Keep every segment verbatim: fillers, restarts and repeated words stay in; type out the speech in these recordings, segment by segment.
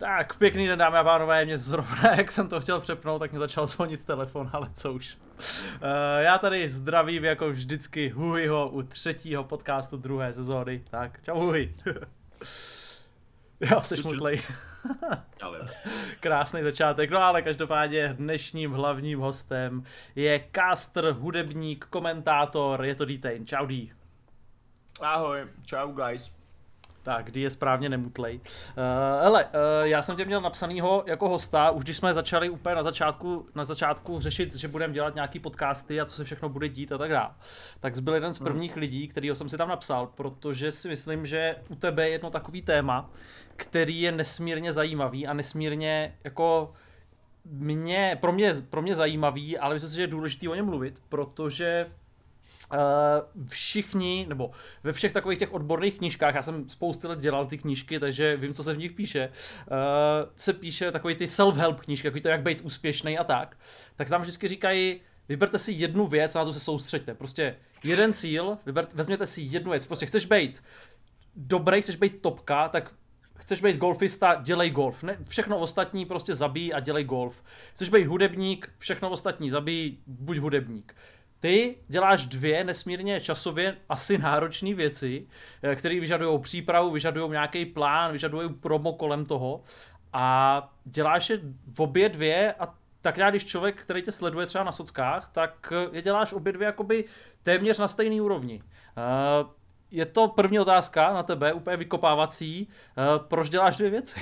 Tak, pěkný den, dámy a pánové, mě zrovna, jak jsem to chtěl přepnout, tak mě začal zvonit telefon, ale co už. Uh, já tady zdravím jako vždycky Huhiho u třetího podcastu druhé sezóny. Tak, čau Huhi. Jo, seš mutlej. Krásný začátek, no ale každopádně dnešním hlavním hostem je caster, hudebník, komentátor, je to D-Tain. Čau D. Ahoj, čau guys. Tak, kdy je správně nemutlej. Uh, hele, uh, já jsem tě měl napsanýho jako hosta, už když jsme začali úplně na začátku, na začátku řešit, že budeme dělat nějaký podcasty a co se všechno bude dít a tak dále. Tak jsi byl jeden z prvních hmm. lidí, kterýho jsem si tam napsal, protože si myslím, že u tebe je jedno takový téma, který je nesmírně zajímavý a nesmírně jako mě, pro mě, pro mě zajímavý, ale myslím si, že je důležitý o něm mluvit, protože Uh, všichni, nebo ve všech takových těch odborných knížkách, já jsem spousty let dělal ty knížky, takže vím, co se v nich píše, uh, se píše takový ty self-help knížky, jako to, jak být úspěšný a tak, tak tam vždycky říkají, vyberte si jednu věc a na to se soustřeďte, prostě jeden cíl, vyberte, vezměte si jednu věc, prostě chceš být dobrý, chceš být topka, tak chceš být golfista, dělej golf, ne, všechno ostatní prostě zabij a dělej golf, chceš být hudebník, všechno ostatní zabij, buď hudebník. Ty děláš dvě nesmírně časově asi náročné věci, které vyžadují přípravu, vyžadují nějaký plán, vyžadují promo kolem toho a děláš je obě dvě a tak já, když člověk, který tě sleduje třeba na sockách, tak je děláš obě dvě jakoby téměř na stejný úrovni. Je to první otázka na tebe, úplně vykopávací, proč děláš dvě věci?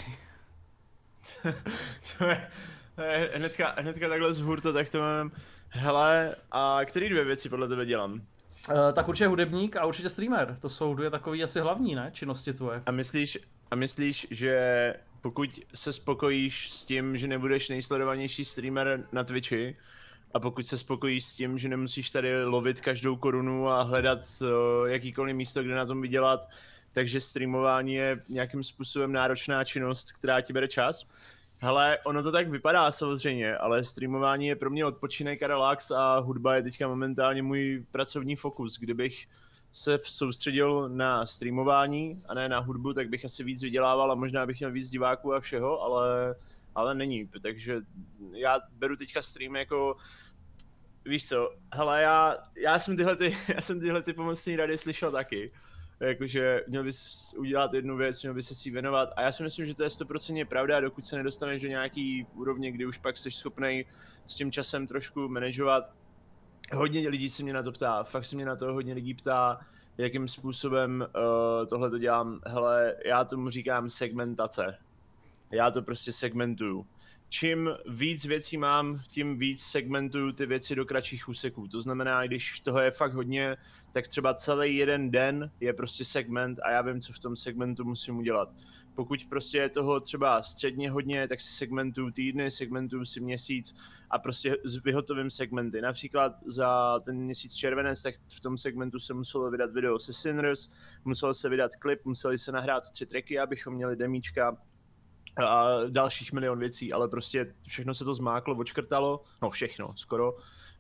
hnedka, hnedka takhle z hurta, tak to mám. Hele, a který dvě věci podle tebe dělám? Uh, tak určitě hudebník a určitě streamer. To jsou dvě takové asi hlavní, ne? Činnosti tvoje. A myslíš, a myslíš, že pokud se spokojíš s tím, že nebudeš nejsledovanější streamer na Twitchi, a pokud se spokojíš s tím, že nemusíš tady lovit každou korunu a hledat uh, jakýkoliv místo, kde na tom vydělat, takže streamování je nějakým způsobem náročná činnost, která ti bere čas? Hele, ono to tak vypadá samozřejmě, ale streamování je pro mě odpočinek a relax a hudba je teďka momentálně můj pracovní fokus. Kdybych se soustředil na streamování a ne na hudbu, tak bych asi víc vydělával a možná bych měl víc diváků a všeho, ale, ale není. Takže já beru teďka stream jako, víš co, hele, já, já jsem tyhle, ty, já jsem tyhle ty pomocné rady slyšel taky. Jakože měl bys udělat jednu věc, měl bys se si věnovat a já si myslím, že to je sto procent pravda, dokud se nedostaneš do nějaký úrovně, kdy už pak jsi schopnej s tím časem trošku manažovat. Hodně lidí se mě na to ptá, fakt se mě na to hodně lidí ptá, jakým způsobem uh, tohle to dělám. Hele, já tomu říkám segmentace. Já to prostě segmentuju. Čím víc věcí mám, tím víc segmentuju ty věci do kratších úseků. To znamená, když toho je fakt hodně, tak třeba celý jeden den je prostě segment a já vím, co v tom segmentu musím udělat. Pokud prostě je toho třeba středně hodně, tak si segmentuju týdny, segmentuju si měsíc a prostě vyhotovím segmenty. Například za ten měsíc červenec, tak v tom segmentu se muselo vydat video se Sinners, muselo se vydat klip, museli se nahrát tři tracky, abychom měli demíčka a dalších milion věcí, ale prostě všechno se to zmáklo, odškrtalo, no všechno, skoro.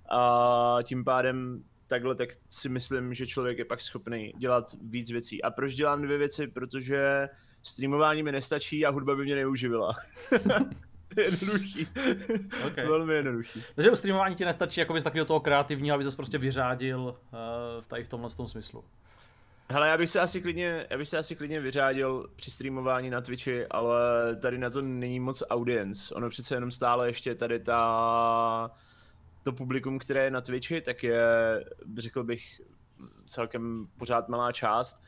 A tím pádem takhle tak si myslím, že člověk je pak schopný dělat víc věcí. A proč dělám dvě věci? Protože streamování mi nestačí a hudba by mě neuživila. To je jednoduchý. Okay. Velmi jednoduchý. Takže u streamování ti nestačí jako bys takového toho kreativního, aby ses prostě vyřádil uh, tady v tomhle tom smyslu. Hele, já bych se asi klidně, já bych se asi klidně vyřádil při streamování na Twitchi, ale tady na to není moc audience. Ono přece jenom stále ještě tady ta, to publikum, které je na Twitchi, tak je, řekl bych, celkem pořád malá část.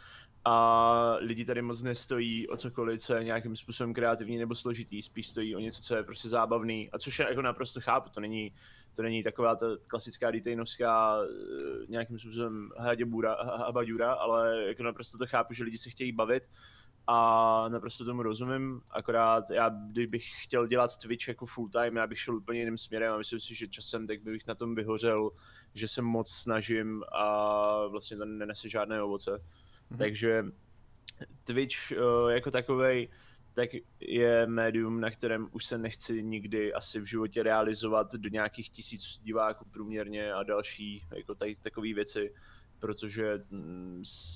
A lidi tady moc nestojí o cokoliv, co je nějakým způsobem kreativní nebo složitý, spíš stojí o něco, co je prostě zábavný. A což je jako naprosto chápu, to není, to není taková ta klasická D-Tainovská nějakým způsobem habaďura, ale jako naprosto to chápu, že lidi se chtějí bavit a naprosto tomu rozumím, akorát já kdybych chtěl dělat Twitch jako full time, já bych šel úplně jiným směrem a myslím si, že časem tak bych na tom vyhořel, že se moc snažím a vlastně to nenese žádné ovoce. Mhm. Takže Twitch uh, jako takovej, tak je médium, na kterém už se nechci nikdy asi v životě realizovat do nějakých tisíc diváků průměrně a další jako tady takové věci, protože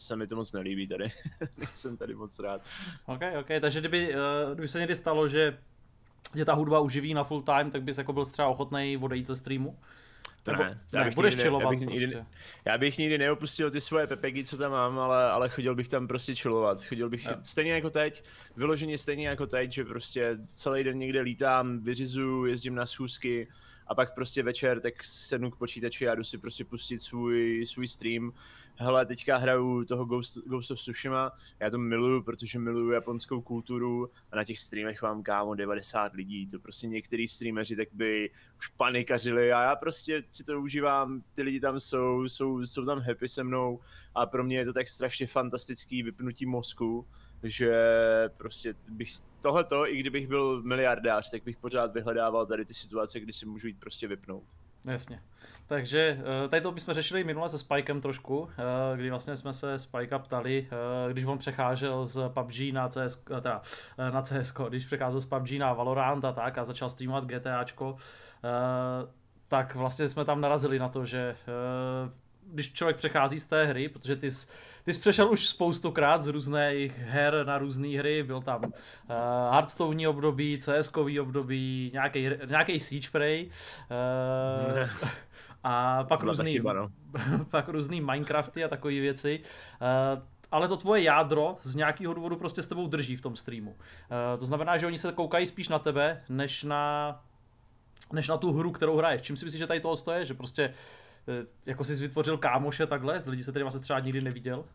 se mi to moc nelíbí tady. Nejsem tady moc rád. Ok, ok, takže kdyby, uh, kdyby se někdy stalo, že tě ta hudba uživí na full time, tak bys jako byl třeba ochotnej odejít ze streamu? To Nebo, ne, ne, budeš nikdy, chillovat já bych, prostě. nikdy, já bych nikdy neopustil ty svoje pepegy, co tam mám, ale, ale chodil bych tam prostě chillovat. Chodil bych Jo. stejně jako teď, vyloženě stejně jako teď, že prostě celý den někde lítám, vyřizuju, jezdím na schůzky a pak prostě večer tak sednu k počítači a jdu si prostě pustit svůj, svůj stream. Hele, teďka hraju toho Ghost, Ghost of Tsushima, já to miluju, protože miluju japonskou kulturu a na těch streamech mám kámo devadesát lidí, to prostě některý streameři tak by už panikařili a já prostě si to užívám, ty lidi tam jsou, jsou, jsou tam happy se mnou a pro mě je to tak strašně fantastický vypnutí mozku, že prostě bych tohleto, i kdybych byl miliardář, tak bych pořád vyhledával tady ty situace, kdy si můžu jít prostě vypnout. Jasně. Takže tady to bychom řešili minule se Spikem trošku, kdy vlastně jsme se Spikea ptali, když on přecházel z P U B G na C S, teda na C S, když přecházel z P U B G na Valorant a tak a začal streamovat GTAčko, tak vlastně jsme tam narazili na to, že když člověk přechází z té hry, protože ty jsi, ty jsi přešel už spoustukrát z různých her na různé hry, byl tam uh, Hearthstone období, CSkový období, nějaký, nějaký Siege Prey, uh, a pak různý, chyba, no. pak různý Minecrafty a takové věci. Uh, ale to tvoje jádro z nějakého důvodu prostě s tebou drží v tom streamu. Uh, to znamená, že oni se koukají spíš na tebe, než na, než na tu hru, kterou hraješ. Čím si myslíš, že tady toho je? Že prostě jako jsi vytvořil kámoše takhle, lidi se kterýma se třeba nikdy neviděl?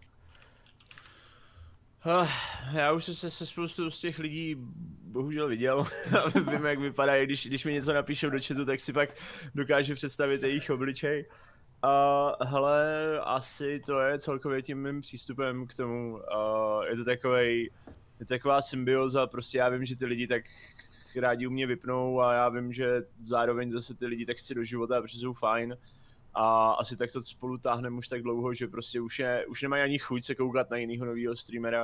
Já už jsem se se spoustu z těch lidí bohužel viděl. Vím, jak vypadají, když, když mi něco napíšou do chatu, tak si pak dokážu představit jejich obličej. Uh, hele, asi to je celkově tím mým přístupem k tomu. Uh, je to takovej, je to taková symbioza, prostě já vím, že ty lidi tak rádi u mě vypnou a já vím, že zároveň zase ty lidi tak chci do života, protože jsou fajn. A asi tak to spolu táhneme už tak dlouho, že prostě už, je, už nemají ani chuť se koukat na jinýho novýho streamera.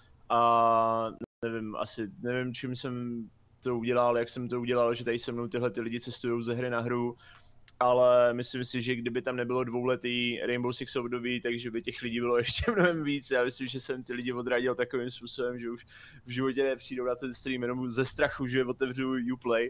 A nevím, asi nevím, čím jsem to udělal, jak jsem to udělal, že tady se mnou tyhle ty lidi cestují ze hry na hru. Ale myslím si, že kdyby tam nebylo dvouletý Rainbow Six období, takže by těch lidí bylo ještě mnohem víc. Já myslím, že jsem ty lidi odradil takovým způsobem, že už v životě nepřijdou na ten stream jenom ze strachu, že otevřu Uplay.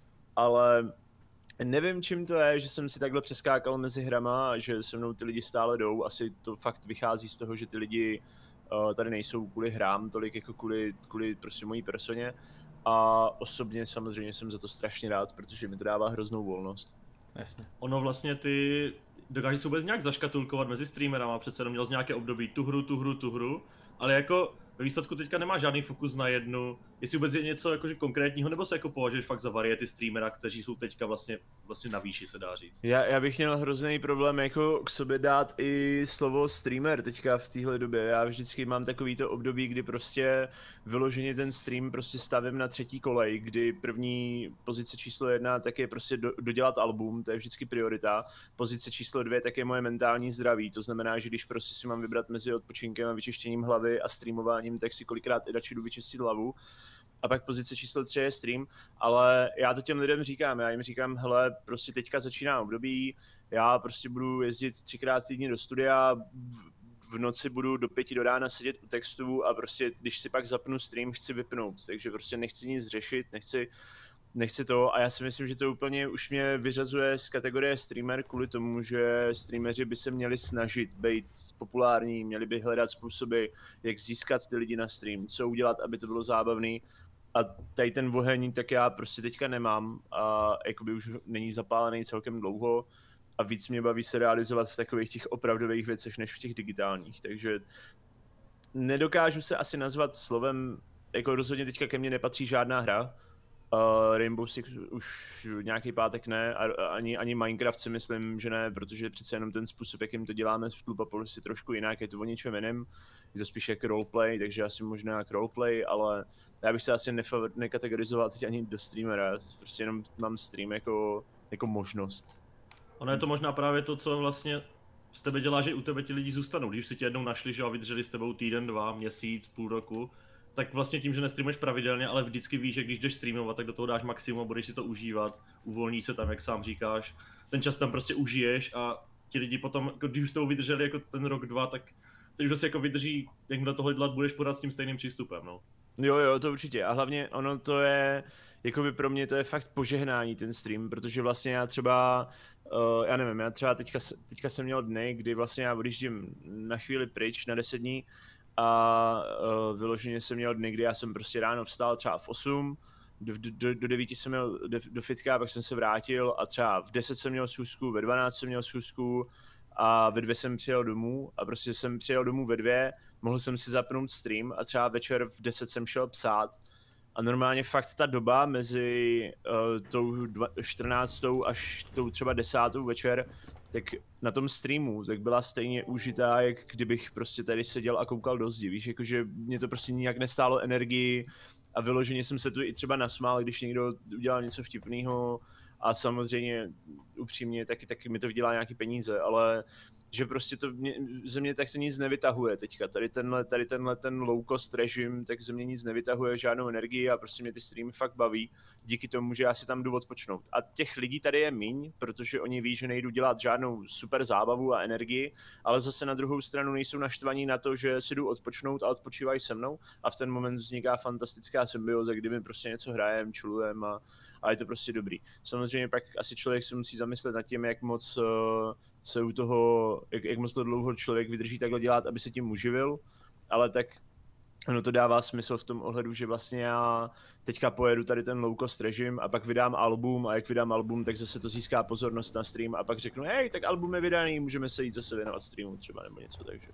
Ale nevím, čím to je, že jsem si takhle přeskákal mezi hrama a že se mnou ty lidi stále jdou. Asi to fakt vychází z toho, že ty lidi uh, tady nejsou kvůli hrám, tolik jako kvůli, kvůli prostě mojí personě. A osobně samozřejmě jsem za to strašně rád, protože mi to dává hroznou volnost. Jasně. Ono vlastně ty dokážeš se vůbec nějak zaškatulkovat mezi streamerama, přece jenom měl z nějaké období tu hru, tu hru, tu hru, ale jako ve výsledku teďka nemá žádný fokus na jednu, jestli vůbec je něco jakože konkrétního, nebo se jako považuješ fakt za variety streamera, kteří jsou teďka vlastně, vlastně na výši, se dá říct. Já, já bych měl hrozný problém jako k sobě dát i slovo streamer teďka v téhle době. Já vždycky mám takovýto období, kdy prostě vyloženě ten stream prostě stavím na třetí kolej, kdy první pozice číslo jedna tak je prostě do, dodělat album, to je vždycky priorita. Pozice číslo dvě tak je moje mentální zdraví, to znamená, že když prostě si mám vybrat mezi odpočinkem a vyčištěním hlavy a streamováním, tak si kolikrát i radši jdu vyčistit hlavu. A pak pozice číslo tři je stream, ale já to těm lidem říkám, já jim říkám, hele, prostě teďka začíná období, já prostě budu jezdit třikrát týdně do studia, v noci budu do pěti do rána sedět u textu a prostě když si pak zapnu stream, chci vypnout, takže prostě nechci nic řešit, nechci, nechci to a já si myslím, že to úplně už mě vyřazuje z kategorie streamer kvůli tomu, že streameři by se měli snažit být populární, měli by hledat způsoby, jak získat ty lidi na stream, co udělat, aby to bylo zábavný. A tady ten oheň, tak já prostě teďka nemám a jakoby už není zapálený celkem dlouho a víc mě baví se realizovat v takových těch opravdových věcech, než v těch digitálních, takže nedokážu se asi nazvat slovem, jako rozhodně teďka ke mně nepatří žádná hra, uh, Rainbow Six už nějaký pátek ne, a ani, ani Minecraft si myslím, že ne, protože přece jenom ten způsob, jakým to děláme v Tlupapolis je trošku jinak, je to o něčem jiném, je to spíš jak roleplay, takže asi možná jak roleplay, ale já bych se asi nefa- nekategorizoval teď ani do streamera, prostě jenom mám stream jako, jako možnost. Ono je to možná právě to, co vlastně z tebe dělá, že u tebe ti lidi zůstanou. Když si tě jednou našli, že a vydrželi s tebou týden, dva, měsíc, půl roku, tak vlastně tím, že nestreamuješ pravidelně, ale vždycky víš, že když jdeš streamovat, tak do toho dáš maximum, budeš si to užívat, uvolníš se tam, jak sám říkáš, ten čas tam prostě užiješ a ti lidi potom, když už s tebou vydrželi jako ten rok, dva, tak teď už si jako vydrží, jak mu do toho dělat budeš podat s tím stejným přístupem, no. Jo, jo, to určitě. A hlavně ono to je, jakoby pro mě to je fakt požehnání ten stream, protože vlastně já třeba, uh, já nevím, já třeba teďka, teďka jsem měl dny, kdy vlastně já odjíždím na chvíli pryč, na deset dní a uh, vyloženě jsem měl dny, kdy já jsem prostě ráno vstal třeba v osm, do, do, do devíti jsem měl do, do fitka, pak jsem se vrátil a třeba v deset jsem měl schůzku, ve dvanáct jsem měl schůzku a ve dvě jsem přijel domů a prostě jsem přijel domů ve dvě, mohl jsem si zapnout stream a třeba večer v deset jsem šel psát a normálně fakt ta doba mezi uh, tou čtrnáctou až tou třeba desátou večer, tak na tom streamu tak byla stejně užitá, jak kdybych prostě tady seděl a koukal do zdi, víš, jakože mě to prostě nijak nestálo energii a vyloženě jsem se tu i třeba nasmál, když někdo udělal něco vtipného a samozřejmě upřímně taky, taky mi to vydělá nějaký peníze, ale že prostě to mě, ze mě tak to nic nevytahuje teďka, tady tenhle, tady tenhle ten low cost režim, tak ze mě nic nevytahuje, žádnou energii a prostě mě ty streamy fakt baví, díky tomu, že já si tam jdu odpočnout. A těch lidí tady je míň, protože oni ví, že nejdu dělat žádnou super zábavu a energii, ale zase na druhou stranu nejsou naštvaní na to, že si jdu odpočnout a odpočívají se mnou a v ten moment vzniká fantastická symbioza, kdy my prostě něco hrajeme, chillujeme a, a je to prostě dobrý. Samozřejmě pak asi člověk se musí zamyslet nad tím, jak moc uh, se u toho, jak, jak moc to dlouho člověk vydrží takhle dělat, aby se tím uživil, ale tak ono to dává smysl v tom ohledu, že vlastně já teďka pojedu tady ten low cost režim a pak vydám album a jak vydám album, tak zase to získá pozornost na stream a pak řeknu, hej, tak album je vydaný, můžeme se jít zase věnovat streamu třeba nebo něco, takže.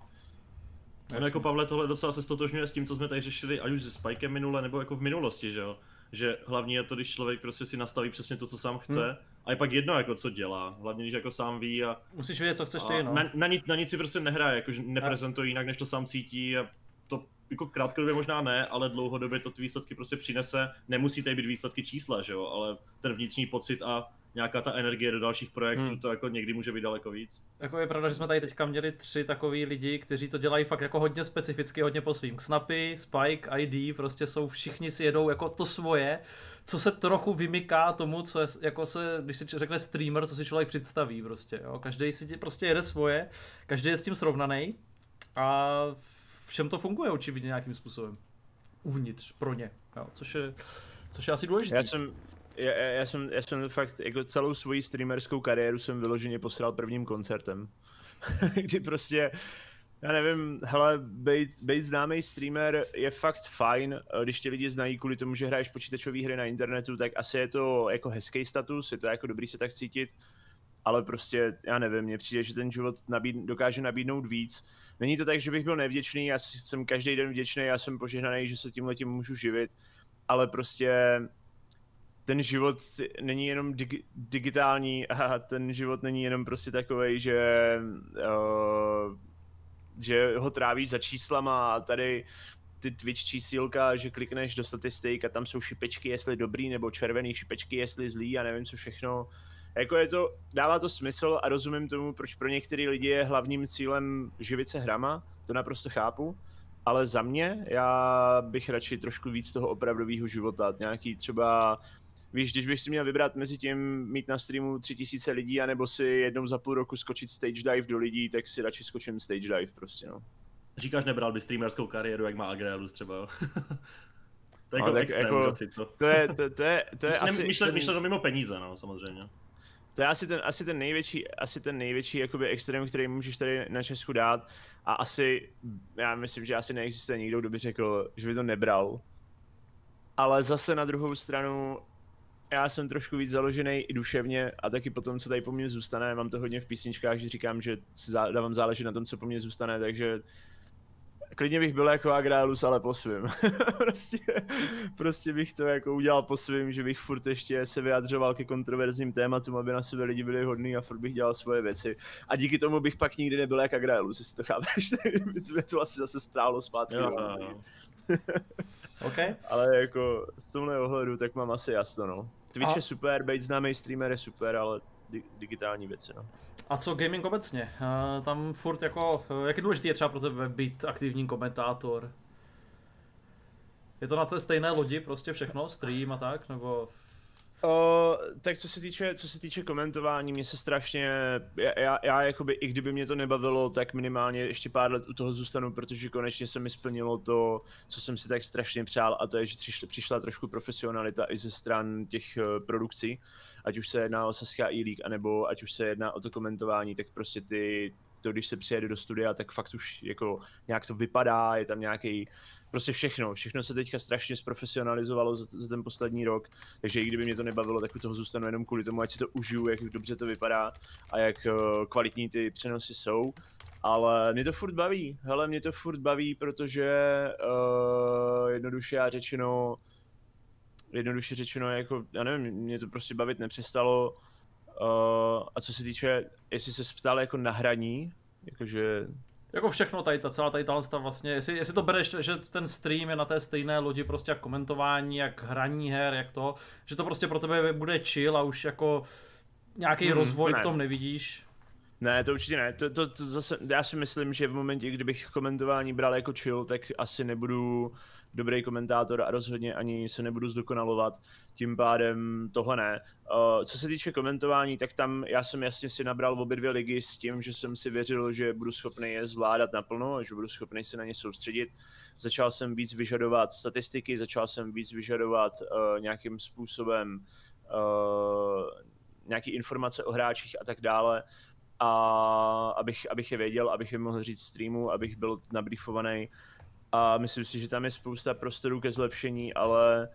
No jako Pavle, tohle docela se stotožňuje s tím, co jsme tady řešili, ať už se Spikem minule, nebo jako v minulosti, že jo? Že hlavně je to, když člověk prostě si nastaví přesně to, co sám chce, hmm. a je pak jedno, jako co dělá, hlavně když jako sám ví a... Musíš vědět, co chceš ty, no. Na, na, nic, na nic si prostě nehraje, jakože neprezentuje jinak, než to sám cítí a to jako krátkodobě možná ne, ale dlouhodobě to ty výsledky prostě přinese, nemusí tady být výsledky čísla, že jo, ale ten vnitřní pocit a nějaká ta energie do dalších projektů, hmm. to jako někdy může být daleko víc. Jako je pravda, že jsme tady teďka měli tři takový lidi, kteří to dělají fakt jako hodně specificky, hodně po svým. Snapy, Spike, I D, prostě jsou všichni si jedou jako to svoje, co se trochu vymyká tomu, co je, jako se, když si řekne streamer, co si člověk představí prostě, jo. Každý si prostě jede svoje, každý je s tím srovnaný a všem to funguje určitě nějakým způsobem. Uvnitř, pro ně, jo, což je, což je asi důležité. Já jsem... Já, já, jsem, já jsem fakt, jako celou svoji streamerskou kariéru jsem vyloženě posral prvním koncertem. Kdy prostě, já nevím, hele, být, být známý streamer je fakt fajn, když ti lidi znají kvůli tomu, že hraješ počítačové hry na internetu, tak asi je to jako hezký status, je to jako dobrý se tak cítit, ale prostě, já nevím, mně přijde, že ten život nabíd, dokáže nabídnout víc. Není to tak, že bych byl nevděčný, já jsem každý den vděčný, já jsem požehnaný, že se tímhletím můžu živit, ale prostě ten život není jenom dig- digitální a ten život není jenom prostě takovej, že, uh, že ho trávíš za číslama a tady ty Twitch čísílka, že klikneš do statistik a tam jsou šipečky, jestli dobrý, nebo červený šipečky, jestli zlý a nevím co všechno. Jako je to, dává to smysl a rozumím tomu, proč pro některé lidi je hlavním cílem živit se hrama, to naprosto chápu. Ale za mě, já bych radši trošku víc toho opravdového života, nějaký třeba, víš, když bych si měl vybrat mezi tím mít na streamu tři tisíce lidí, anebo si jednou za půl roku skočit stage dive do lidí, tak si radši skočím stage dive prostě, no. Říkáš, nebral by streamerskou kariéru, jak má Agrealus třeba, jo? To je no, jako tak extrém, jako, to. to je, to, to je, to je ne, asi... Myšleno ten... to mimo peníze, no, samozřejmě. To je asi ten, asi ten největší, asi ten největší jakoby extrém, který můžeš tady na Česku dát a asi, já myslím, že asi neexistuje nikdo, kdo by řekl, že by to nebral. Ale zase na druhou stranu, já jsem trošku víc založený i duševně a taky po tom, co tady po mně zůstane, mám to hodně v písničkách, že říkám, že si dávám záležet na tom, co po mně zůstane, takže klidně bych byl jako Agrealus, ale po svým. prostě, prostě bych to jako udělal po svým, že bych furt ještě se vyjadřoval ke kontroverzním tématům, aby na sebe lidi byli hodný a furt bych dělal svoje věci. A díky tomu bych pak nikdy nebyl jak Agrealus, jestli to chápeš, by to asi zase strálo zpátky. Jo, jo, jo. Okay. Ale jako z tomhle ohledu tak mám asi jasno, no. Twitch a... je super, být známý streamer je super, ale di- digitální věci, no. A co gaming obecně? Uh, tam furt jako, uh, jak je důležitý je třeba pro tebe být aktivní komentátor? Je to na té stejné lodi prostě všechno, stream a tak, nebo O, tak co se týče, co se týče komentování, mě se strašně, já, já, já jakoby, i kdyby mě to nebavilo, tak minimálně ještě pár let u toho zůstanu, protože konečně se mi splnilo to, co jsem si tak strašně přál, a to je, že přišla, přišla trošku profesionalita i ze stran těch uh, produkcí, ať už se jedná o Saskia E-League, anebo ať už se jedná o to komentování, tak prostě ty, to když se přijede do studia, tak fakt už jako nějak to vypadá, je tam nějaký prostě všechno, všechno se teďka strašně zprofesionalizovalo za, za ten poslední rok, takže i kdyby mě to nebavilo, tak u toho zůstanu jenom kvůli tomu, ať si to užiju, jak dobře to vypadá a jak uh, kvalitní ty přenosy jsou, ale mě to furt baví, hele, mě to furt baví, protože uh, jednoduše já řečeno, jednoduše řečeno, jako, já nevím, mě to prostě bavit nepřestalo, uh, a co se týče, jestli se ptal jako na hraní, jakože Jako všechno tady, ta celá tady ta vlastně, jestli, jestli to bereš, že ten stream je na té stejné lodi, prostě jak komentování, jak hraní her, jak to, že to prostě pro tebe bude chill a už jako nějaký hmm, rozvoj ne. v tom nevidíš. Ne, to určitě ne, to, to, to zase, já si myslím, že v momentě, kdybych komentování bral jako chill, tak asi nebudu dobrý komentátor a rozhodně ani se nebudu zdokonalovat, tím pádem tohle ne. Uh, co se týče komentování, tak tam já jsem jasně si nabral obě dvě ligy s tím, že jsem si věřil, že budu schopný je zvládat naplno, že budu schopný se na ně soustředit. Začal jsem víc vyžadovat statistiky, začal jsem víc vyžadovat uh, nějakým způsobem uh, nějaký informace o hráčích a tak dále. A abych, abych je věděl, abych je mohl říct streamu, abych byl nabriefovaný. A myslím si, že tam je spousta prostorů ke zlepšení, ale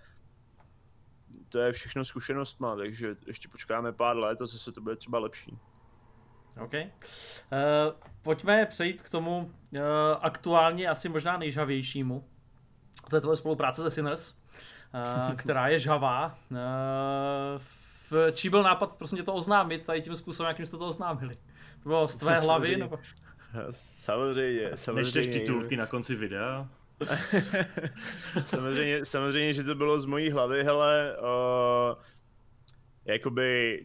to je všechno zkušenostma, takže ještě počkáme pár let a zase to bude třeba lepší. OK. Uh, pojďme přejít k tomu uh, aktuálně asi možná nejžhavějšímu. To je tvoje spolupráce se Sinners, uh, která je žhavá. Uh, v čí byl nápad prostě tě to oznámit tady tím způsobem, jakým jste to oznámili? To bylo z tvé hlavy? Nebo... Samozřejmě, samozřejmě. Nečteš titulky na konci videa? samozřejmě, samozřejmě, že to bylo z mojí hlavy, hele, uh, jakoby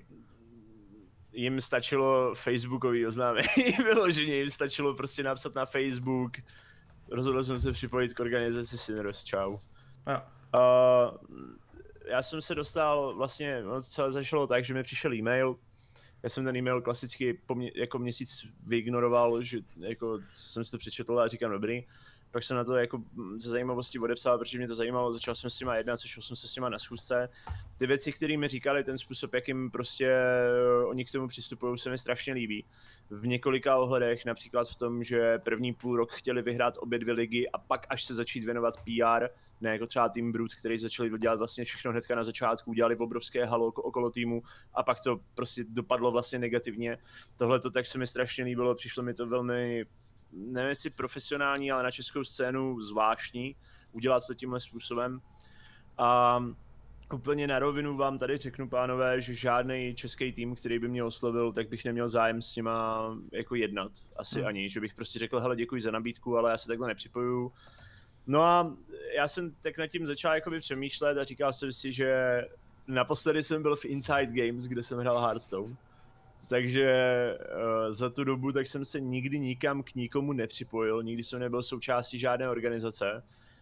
jim stačilo facebookový oznámení, vyloženě jim stačilo prostě napsat na Facebook, rozhodl jsem se připojit k organizaci Sinners, čau. Jo. Uh, já jsem se dostal, vlastně, no, celé začalo tak, že mi přišel e-mail. Já jsem ten e-mail klasicky po mě, jako měsíc vyignoroval, že jako jsem si to přečetl a říkám dobrý. Pak jsem na to jako ze zajímavosti odepsal, protože mě to zajímalo, začal jsem s nima jednat, začal jsem se s nima na schůzce. Ty věci, které mi říkali, ten způsob, jakým prostě oni k tomu přistupují, se mi strašně líbí. V několika ohledech, například v tom, že první půl rok chtěli vyhrát obě dvě ligy a pak až se začít věnovat P R, ne jako třeba Team Brute, který začali dělat vlastně všechno hnedka na začátku, udělali obrovské halo okolo týmu a pak to prostě dopadlo vlastně negativně. Tohle to tak se mi strašně líbilo, přišlo mi to velmi, nevím jestli profesionální, ale na českou scénu zvláštní, udělat to tímhle způsobem. A úplně na rovinu vám tady řeknu, pánové, že žádný český tým, který by mě oslovil, tak bych neměl zájem s nima jako jednat. Asi hmm. ani, že bych prostě řekl, hele, děkuji za nabídku, ale já se takhle nepřipojuju. No a já jsem tak nad tím začal jakoby přemýšlet a říkal jsem si, že naposledy jsem byl v Inside Games, kde jsem hrál Hearthstone. Takže uh, za tu dobu tak jsem se nikdy nikam k nikomu nepřipojil, nikdy jsem nebyl součástí žádné organizace.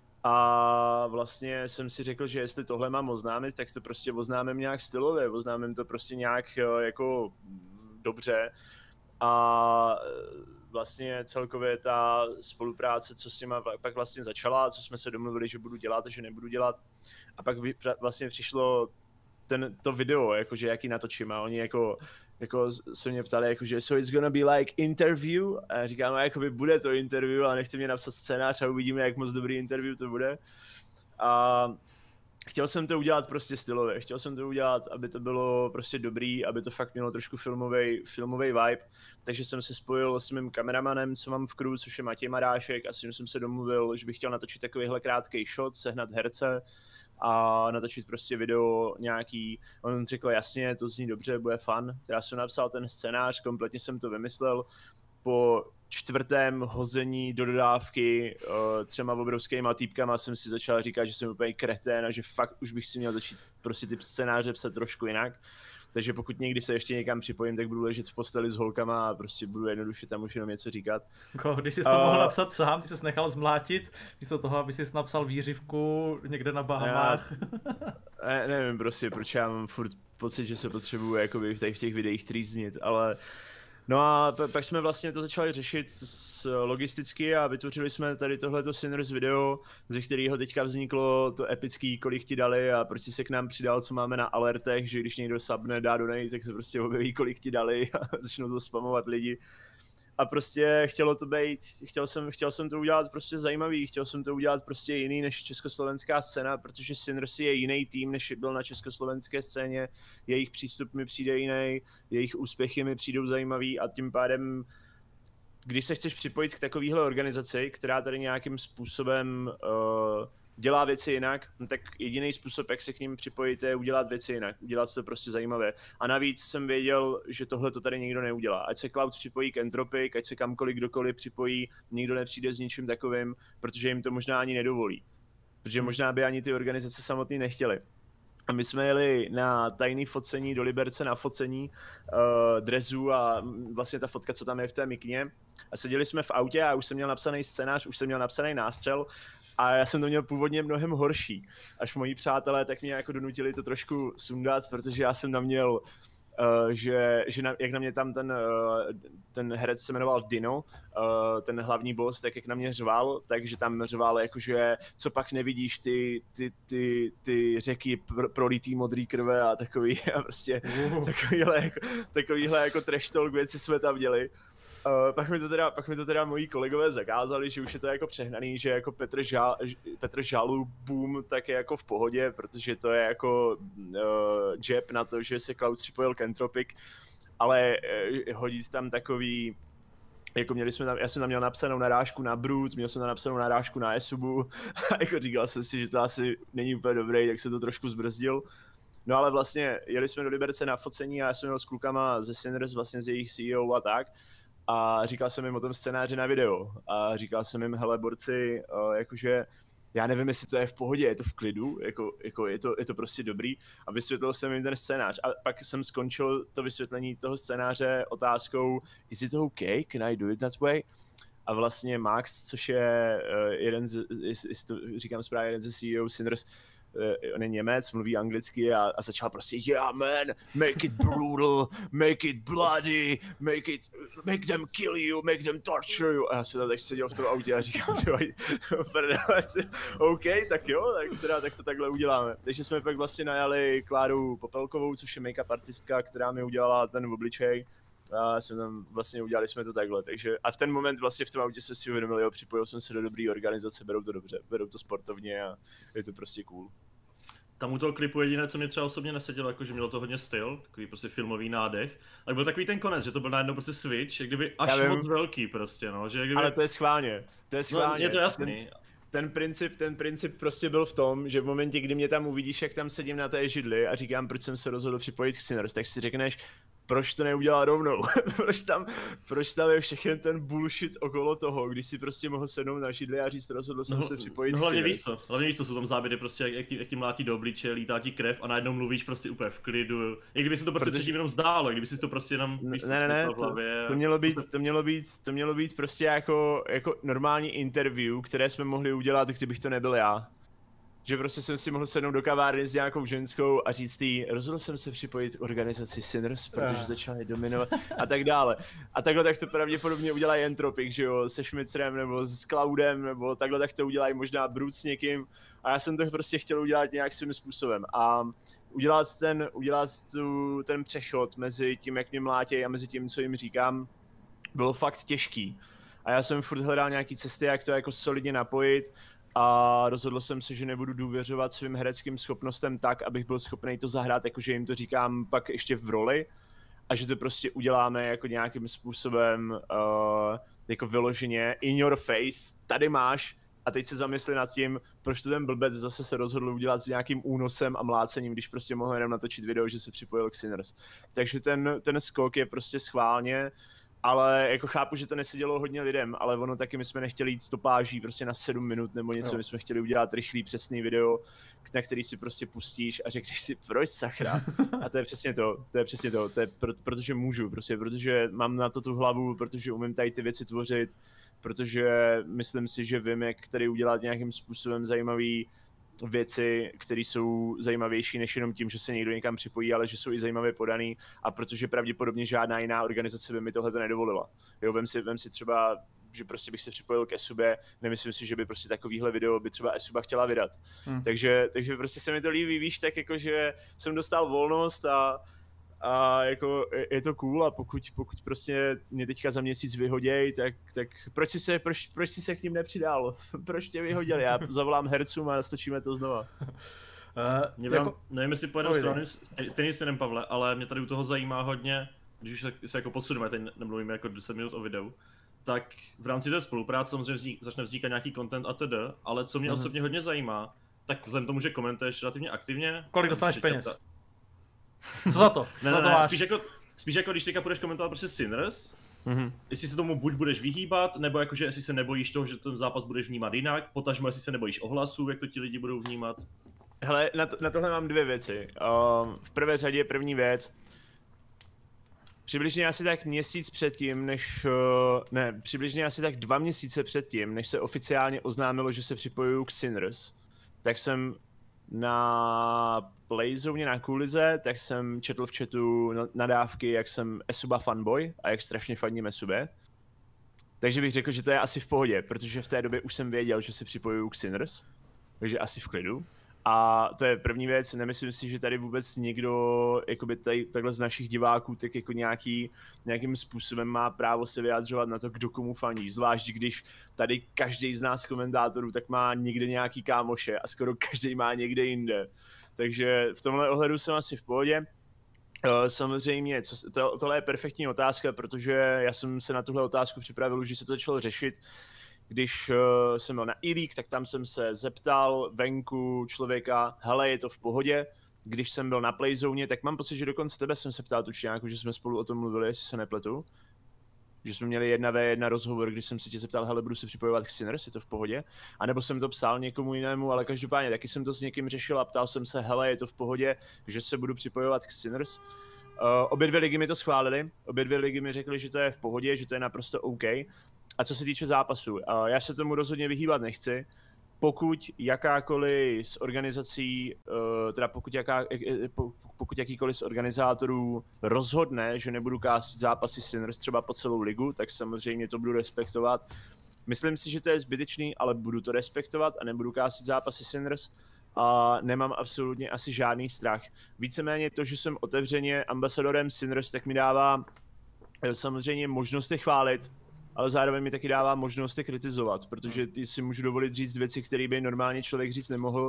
A vlastně jsem si řekl, že jestli tohle mám oznámit, tak to prostě oznámím nějak stylově, oznámím to prostě nějak uh, jako dobře. A vlastně celkově ta spolupráce, co s nima pak vlastně začala, co jsme se domluvili, že budu dělat a že nebudu dělat. A pak vlastně přišlo ten, to video, jakože jaký natočím a oni jako, jako se mě ptali, jakože so it's gonna be like interview a já říkám, no jakoby bude to interview, ale nechte mě napsat scénář a uvidíme, jak moc dobrý interview to bude. A chtěl jsem to udělat prostě stylově, chtěl jsem to udělat, aby to bylo prostě dobrý, aby to fakt mělo trošku filmový, filmový vibe, takže jsem se spojil s mým kameramanem, co mám v crew, což je Matěj Marášek, a s ním jsem se domluvil, že bych chtěl natočit takovýhle krátký shot, sehnat herce a natočit prostě video nějaký, on řekl jasně, to zní dobře, bude fun, já jsem napsal ten scénář, kompletně jsem to vymyslel, po čtvrtém hození do dodávky uh, třema obrovskýma týpkama jsem si začal říkat, že jsem úplně kretén a že fakt už bych si měl začít prostě ty scénáře psat trošku jinak. Takže pokud někdy se ještě někam připojím, tak budu ležet v posteli s holkama a prostě budu jednoduše tam už jenom něco říkat. Když jsi to uh, mohl napsat sám, ty jsi nechal zmlátit, místo toho, aby jsi napsal výřivku někde na Bahamách. Já, ne, nevím prostě, proč já mám furt pocit, že se potřebuju jakoby v těch, v těch videích trýznit, ale no a pak jsme vlastně to začali řešit s logisticky a vytvořili jsme tady tohleto Sinners video, ze kterého teďka vzniklo to epický, kolik ti dali a proč jsi se k nám přidal, co máme na alertech, že když někdo subne, dá donate, tak se prostě objeví, kolik ti dali a začnou to spamovat lidi. A prostě chtělo to být, chtěl jsem, chtěl jsem to udělat prostě zajímavý, chtěl jsem to udělat prostě jiný než československá scéna, protože Sinners je jiný tým, než byl na československé scéně, jejich přístup mi přijde jiný, jejich úspěchy mi přijdou zajímavý a tím pádem, když se chceš připojit k takovéhle organizaci, která tady nějakým způsobem uh, dělá věci jinak, no tak jediný způsob, jak se k ním připojit, je udělat věci jinak, udělat to prostě zajímavé. A navíc jsem věděl, že tohle to tady nikdo neudělá. Ať se Cloud připojí k Entropic, ať se kamkoliv kdokoliv připojí, nikdo nepřijde s ničím takovým, protože jim to možná ani nedovolí. Protože možná by ani ty organizace samotný nechtěly. A my jsme jeli na tajný focení do Liberce na focení uh, drezu a vlastně ta fotka, co tam je v té mikně. A seděli jsme v autě a už jsem měl napsaný scénář, už jsem měl napsaný nástřel a já jsem to měl původně mnohem horší. Až moji přátelé tak mě jako donutili to trošku sundat, protože já jsem tam měl, uh, že, že na, jak na mě tam ten, uh, ten herec se jmenoval Dino, uh, ten hlavní boss, tak jak na mě řval, takže tam řval jakože co pak nevidíš ty, ty, ty, ty řeky pr- prolitý modrý krve a takový a prostě uh. takovýhle, jako, takovýhle jako trash talk věci jsme tam děli. Uh, pak, mi to teda, pak mi to teda moji kolegové zakázali, že už je to jako přehnaný, že jako Petr, Žál, Petr Žálu boom tak je jako v pohodě, protože to je jako uh, jab na to, že se Cloud připojil k Entropic, ale uh, hodit tam takový, jako měli jsme tam, já jsem tam měl napsanou narážku na Brut, měl jsem tam napsanou narážku na Esubu a jako říkal jsem si, že to asi není úplně dobrý, tak se to trošku zbrzdil. No ale vlastně jeli jsme do Liberce na focení a já jsem měl s klukama ze Sinners, vlastně z jejich C E O a tak. A říkal jsem jim o tom scénáři na video a říkal jsem jim, hele borci, uh, jakože já nevím, jestli to je v pohodě, je to v klidu, jako, jako je, to, je to prostě dobrý a vysvětlil jsem jim ten scénář a pak jsem skončil to vysvětlení toho scénáře otázkou is it okay, can I do it that way? A vlastně Max, což je uh, jeden z, jestli to říkám správně, jeden ze C E O Sinners, Uh, on je Němec, mluví anglicky a, a začal prostě yeah man, make it brutal, make it bloody, make it, make them kill you, make them torture you. A já jsem tak seděl v tom autě a říkám, OK, tak jo, tak, teda, tak to takhle uděláme. Takže jsme pak vlastně najali Kláru Popelkovou, což je make-up artistka, která mi udělala ten obličej. A jsme tam vlastně udělali jsme to takhle, takže a v ten moment vlastně v tom autě jsem si uvědomil, jo, připojil jsem se do dobré organizace, berou to dobře, berou to sportovně a je to prostě cool. Tam u toho klipu jediné, co mě třeba osobně nesedělo, jako že mělo to hodně styl, takový prostě filmový nádech, tak byl takový ten konec, že to byl najednou prostě switch, jak kdyby až moc velký prostě, no, že jak kdyby... Ale to je schválně, to je schválně. No, je to jasný. Ten, ten princip, ten princip prostě byl v tom, že v momentě, kdy mě tam uvidíš, jak tam sedím na té židli a říkám, proč jsem se rozhodl připojit k Sinners, tak si řekneš, proč to neudělal rovnou, proč, tam, proč tam je všechny ten bullshit okolo toho, když si prostě mohl sednout na židli a říct, rozhodl jsem no, se připojit no, k hlavně Sinners. víš co, hlavně víš co, jsou tam záběry prostě, jak, jak, ti, jak ti mlátí do obliče, lítá ti krev a najednou mluvíš prostě úplně v klidu, jak kdyby si to prostě předtím jenom zdálo, jak kdyby si to prostě jenom, víš co, ne, ne, ne, v hlavě. To, to, mělo být, to, mělo být, to mělo být prostě jako, jako normální interview, které jsme mohli udělat, kdybych to nebyl já. Že prostě jsem si mohl sednout do kavárny s nějakou ženskou a říct jí, rozhodl jsem se připojit k organizaci Sinners, protože začali dominovat a tak dále. A takhle tak to pravděpodobně udělají Entropic, že jo, se Schmitzerem nebo s Cloudem, nebo takhle tak to udělají možná Brut s někým. A já jsem to prostě chtěl udělat nějak svým způsobem. A udělat ten, udělat tu, ten přechod mezi tím, jak mě mlátějí a mezi tím, co jim říkám, bylo fakt těžký. A já jsem furt hledal nějaký cesty, jak to jako solidně napojit. A rozhodl jsem se, že nebudu důvěřovat svým hereckým schopnostem tak, abych byl schopný to zahrát, jakože jim to říkám pak ještě v roli. A že to prostě uděláme jako nějakým způsobem, uh, jako vyloženě, in your face, tady máš. A teď se zamysli nad tím, proč to ten blbec zase se rozhodl udělat s nějakým únosem a mlácením, když prostě mohl jenom natočit video, že se připojil k Sinners. Takže ten, ten skok je prostě schválně. Ale jako chápu, že to nesedělo hodně lidem, ale ono taky my jsme nechtěli jít stopáží prostě na sedm minut nebo něco, no. My jsme chtěli udělat rychlý, přesný video, na který si prostě pustíš a řekneš si, proč sakra? A to je přesně to, to je přesně to, to je pro, protože můžu, prostě, protože mám na to tu hlavu, protože umím tady ty věci tvořit, protože myslím si, že vím, jak tady udělat nějakým způsobem zajímavý věci, které jsou zajímavější než jenom tím, že se někdo někam připojí, ale že jsou i zajímavě podaný a protože pravděpodobně žádná jiná organizace by mi tohle nedovolila. Jo, vem si, vem si třeba, že prostě bych se připojil k Esubě, nemyslím si, že by prostě takovýhle video by třeba Esuba chtěla vydat. Hmm. Takže, takže prostě se mi to líbí, víš, tak jako, že jsem dostal volnost a a jako je to cool a pokud, pokud prostě mě teďka za měsíc vyhoděj, tak, tak proč si se, proč, proč si se k ním nepřidal? Proč tě vyhodili? Já zavolám hercům a stočíme to znova. Uh, mě jako... vám, nevím, jestli pojedeme správným stejným směrem, Pavle, ale mě tady u toho zajímá hodně, když už se, se jako posuneme, teď nemluvíme jako deset minut o videu, tak v rámci té spolupráce samozřejmě vznik, začne vznikat nějaký content atd., ale co mě mm-hmm. osobně hodně zajímá, tak vzhledem tomu, že komentuješ relativně aktivně. Kolik dostaneš peněz? Ta... Co za to? Ne, Co ne, to ne, máš? spíš jako, spíš jako když teďka budeš komentovat prostě Sinners, mm-hmm. jestli se tomu buď budeš vyhýbat, nebo jakože jestli se nebojíš toho, že ten zápas budeš vnímat jinak, potažmo jestli se nebojíš ohlasů, jak to ti lidi budou vnímat. Hele, na, to, na tohle mám dvě věci. Um, v prvé řadě první věc, přibližně asi tak měsíc předtím, než, uh, ne, přibližně asi tak dva měsíce předtím, než se oficiálně oznámilo, že se připojuju k Sinners, tak jsem na Playzone na Coolize, tak jsem četl v chatu nadávky, jak jsem Esuba fanboy a jak strašně fandím Esubě. Takže bych řekl, že to je asi v pohodě, protože v té době už jsem věděl, že se připojuju k Sinners, takže asi v klidu. A to je první věc, nemyslím si, že tady vůbec někdo jakoby tady, takhle z našich diváků tak jako nějaký, nějakým způsobem má právo se vyjadřovat na to, kdo komu fandí. Zvlášť když tady každý z nás komentátorů tak má někde nějaký kámoše a skoro každý má někde jinde. Takže v tomhle ohledu jsem asi v pohodě. Samozřejmě, co, to, tohle je perfektní otázka, protože já jsem se na tuhle otázku připravil, že se to začalo řešit. Když uh, jsem byl na e-league, tak tam jsem se zeptal venku člověka, hele, je to v pohodě. Když jsem byl na Playzone, tak mám pocit, že dokonce tebe jsem se ptal tučňáku, že jsme spolu o tom mluvili, jestli se nepletu. Že jsme měli jedna ve jedna rozhovor, když jsem se tě zeptal, hele, budu se připojovat k Sinners, je to v pohodě? A nebo jsem to psal někomu jinému, ale každopádně taky jsem to s někým řešil a ptal jsem se, hele, je to v pohodě, že se budu připojovat k Sinners. Uh, obě dvě ligy mi to schválili, obě dvě ligy mi řekly, že to je v pohodě, že to je naprosto OK. A co se týče zápasu, uh, já se tomu rozhodně vyhýbat nechci. Pokud jakákoliv z organizací, uh, teda pokud, jaká, pokud jakýkoliv z organizátorů rozhodne, že nebudu kástit zápasy Sinners třeba po celou ligu, tak samozřejmě to budu respektovat. Myslím si, že to je zbytečný, ale budu to respektovat a nebudu kástit zápasy Sinners. A nemám absolutně asi žádný strach. Víceméně to, že jsem otevřeně ambasadorem Sinners, tak mi dává samozřejmě možnost je chválit, ale zároveň mi taky dává možnost je kritizovat, protože ty si můžu dovolit říct věci, které by normálně člověk říct nemohl.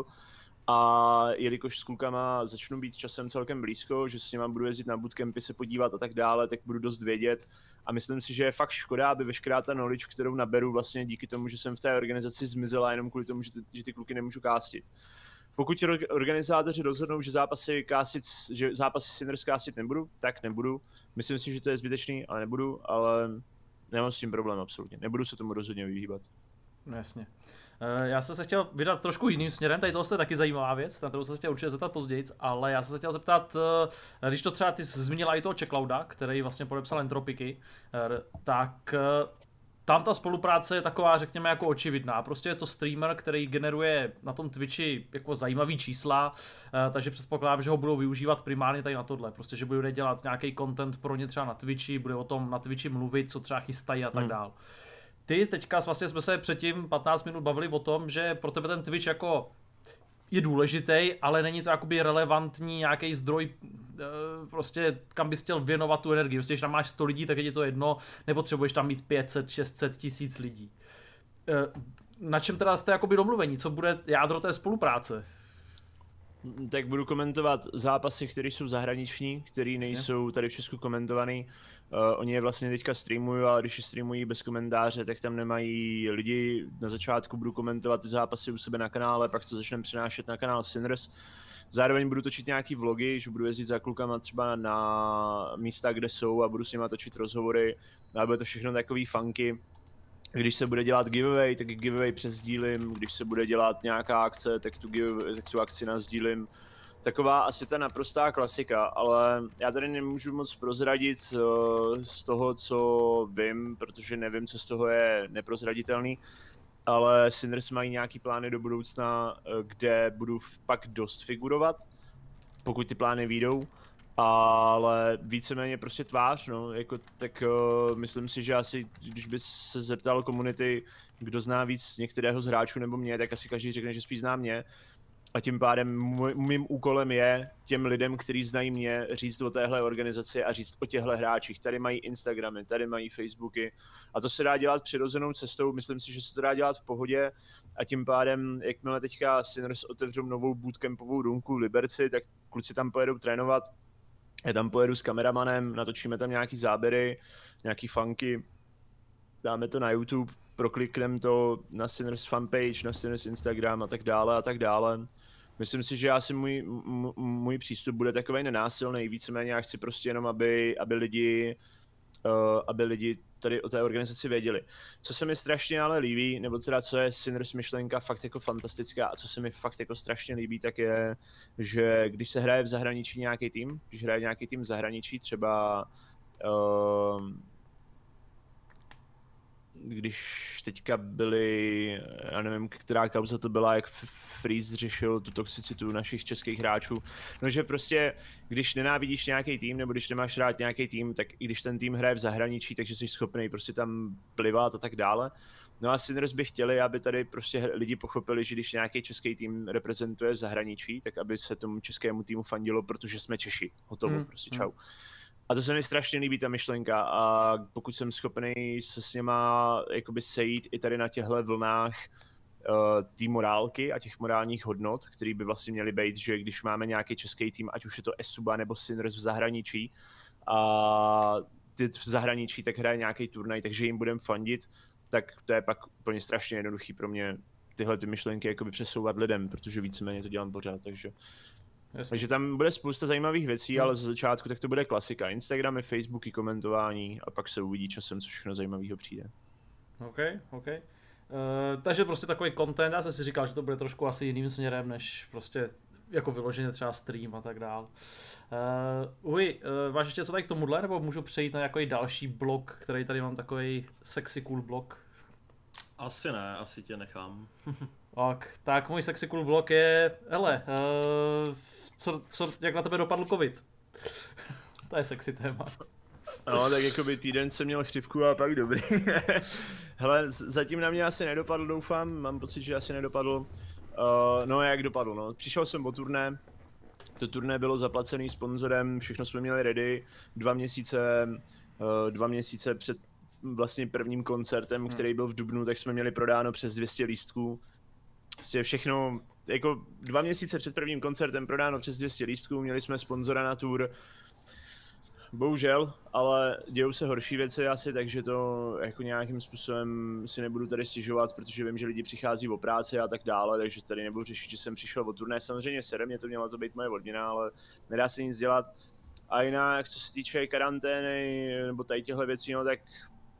A jelikož s klukama začnu být časem celkem blízko, že s nima budu jezdit na bootcampy, se podívat a tak dále, tak budu dost vědět. A myslím si, že je fakt škoda, aby veškerá ta knowledge, kterou naberu vlastně díky tomu, že jsem v té organizaci zmizela jenom kvůli tomu, že ty, že ty kluky nemůžu kástit. Pokud organizátoři rozhodnou, že zápasy, kásit, že zápasy Sinners kásit nebudu, tak nebudu. Myslím si, že to je zbytečný, ale nebudu, ale nemám s tím problém absolutně. Nebudu se tomu rozhodně vyhýbat. No jasně. Já jsem se chtěl vydat trošku jiným směrem, tady tohle je taky zajímavá věc, na kterou jsem se chtěl určitě zeptat později, ale já jsem se chtěl zeptat, když to třeba ty zmínila i toho Checklouda, který vlastně podepsal Entropiky, tak tam ta spolupráce je taková, řekněme, jako očividná. Prostě je to streamer, který generuje na tom Twitchi jako zajímavý čísla, takže předpokládám, že ho budou využívat primárně tady na tohle. Prostě, že bude dělat nějaký content pro ně třeba na Twitchi, bude o tom na Twitchi mluvit, co třeba chystají a tak hmm. dál. Ty teďka vlastně jsme se předtím patnáct minut bavili o tom, že pro tebe ten Twitch jako je důležitý, ale není to jakoby relevantní nějaký zdroj, prostě kam bys chtěl věnovat tu energii. Prostě když tam máš sto lidí, tak je ti to jedno, nepotřebuješ tam mít pět set, šest set tisíc lidí. Na čem teda jste jakoby domluvení? Co bude jádro té spolupráce? Tak budu komentovat zápasy, které jsou zahraniční, které nejsou tady v Česku komentovaný. Uh, oni je vlastně teďka streamují, ale když je streamují bez komentáře, tak tam nemají lidi. Na začátku budu komentovat ty zápasy u sebe na kanále, pak to začneme přenášet na kanál Sinners. Zároveň budu točit nějaký vlogy, že budu jezdit za klukama třeba na místa, kde jsou a budu s nimi točit rozhovory. A bude to všechno takový funky. Když se bude dělat giveaway, tak giveaway přesdílím, když se bude dělat nějaká akce, tak tu, give, tak tu akci nasdílím. Taková asi ta naprostá klasika, ale já tady nemůžu moc prozradit uh, z toho, co vím, protože nevím, co z toho je neprozraditelný. ale Sinners mají nějaký plány do budoucna, kde budu pak dost figurovat, pokud ty plány vyjdou. Ale víceméně prostě tvář, no, jako, tak uh, myslím si, že asi, když bys se zeptal komunity, kdo zná víc některého z hráčů nebo mě, tak asi každý řekne, že spíš zná mě. A tím pádem můj, mým úkolem je těm lidem, kteří znají mě, říct o téhle organizaci a říct o těchto hráčích. Tady mají Instagramy, tady mají Facebooky a to se dá dělat přirozenou cestou, myslím si, že se to dá dělat v pohodě a tím pádem, jakmile teďka Sinners otevřou novou bootcampovou důmku v Liberci, tak kluci tam pojedou trénovat. Já tam pojedu s kameramanem, natočíme tam nějaký záběry, nějaký funky, dáme to na YouTube, proklikneme to na Sinners fanpage, na Sinners Instagram a tak dále a tak dále. Myslím si, že asi můj, můj přístup bude takovej nenásilný, víceméně já chci prostě jenom, aby, aby lidi, uh, aby lidi tady o té organizaci věděli. Co se mi strašně ale líbí, nebo teda co je Sinners myšlenka fakt jako fantastická a co se mi fakt jako strašně líbí, tak je, že když se hraje v zahraničí nějaký tým, když hraje nějaký tým v zahraničí, třeba uh, když teďka byly, já nevím, která kauza to byla, jak Freeze řešil tu toxicitu našich českých hráčů, no že prostě, když nenávidíš nějaký tým, nebo když nemáš rád nějaký tým, tak i když ten tým hraje v zahraničí, takže jsi schopný prostě tam plivat a tak dále. No a Sinners by chtěli, aby tady prostě lidi pochopili, že když nějaký český tým reprezentuje v zahraničí, tak aby se tomu českému týmu fandilo, protože jsme Češi. Hotovo, hmm. prostě čau. A to se mi strašně líbí ta myšlenka a pokud jsem schopný se s něma jakoby sejít i tady na těchto vlnách uh, té morálky a těch morálních hodnot, které by vlastně měly být, že když máme nějaký český tým, ať už je to Esuba nebo Sinners v zahraničí a ty v zahraničí tak hraje nějaký turnaj, takže jim budeme fandit, tak to je pak úplně strašně jednoduchý pro mě tyhle ty myšlenky jakoby přesouvat lidem, protože víceméně to dělám pořád, takže... Jasně. Takže tam bude spousta zajímavých věcí, hmm. ale z začátku tak to bude klasika. Instagramy, Facebooky, komentování a pak se uvidí časem, co všechno zajímavého přijde. OK, OK. Uh, takže prostě takový content, já jsem si říkal, že to bude trošku asi jiným směrem, než prostě jako vyloženě třeba stream a tak dál. Uh, uj, uh, máš ještě co tady k tomuhle, nebo můžu přejít na nějaký další blog, který tady mám takový sexy cool blog? Asi ne, asi tě nechám. Tak, tak můj sexy cool blog je, hele, uh, co, co, jak na tebe dopadl covid? To je sexy téma. No, tak jakoby týden jsem měl chřipku a pak dobrý. Hele, zatím na mě asi nedopadl, doufám, mám pocit, že asi nedopadl. Uh, no jak dopadl, no, přišel jsem o turné, to turné bylo zaplacený sponzorem, všechno jsme měli ready, dva měsíce, uh, dva měsíce před vlastně prvním koncertem, který byl v dubnu, tak jsme měli prodáno přes dvě stě lístků. Prostě všechno, jako dva měsíce před prvním koncertem prodáno přes dvě stě lístků, měli jsme sponzora na tour. Bohužel, ale dějou se horší věci asi, takže to jako nějakým způsobem si nebudu tady stěžovat, protože vím, že lidi přichází o práci a tak dále, takže tady nebudu řešit, že jsem přišel o turné. Samozřejmě sere, mě to měla to být moje odměna, ale nedá se nic dělat. A jinak, co se týče karantény nebo tady těchto věcí, no tak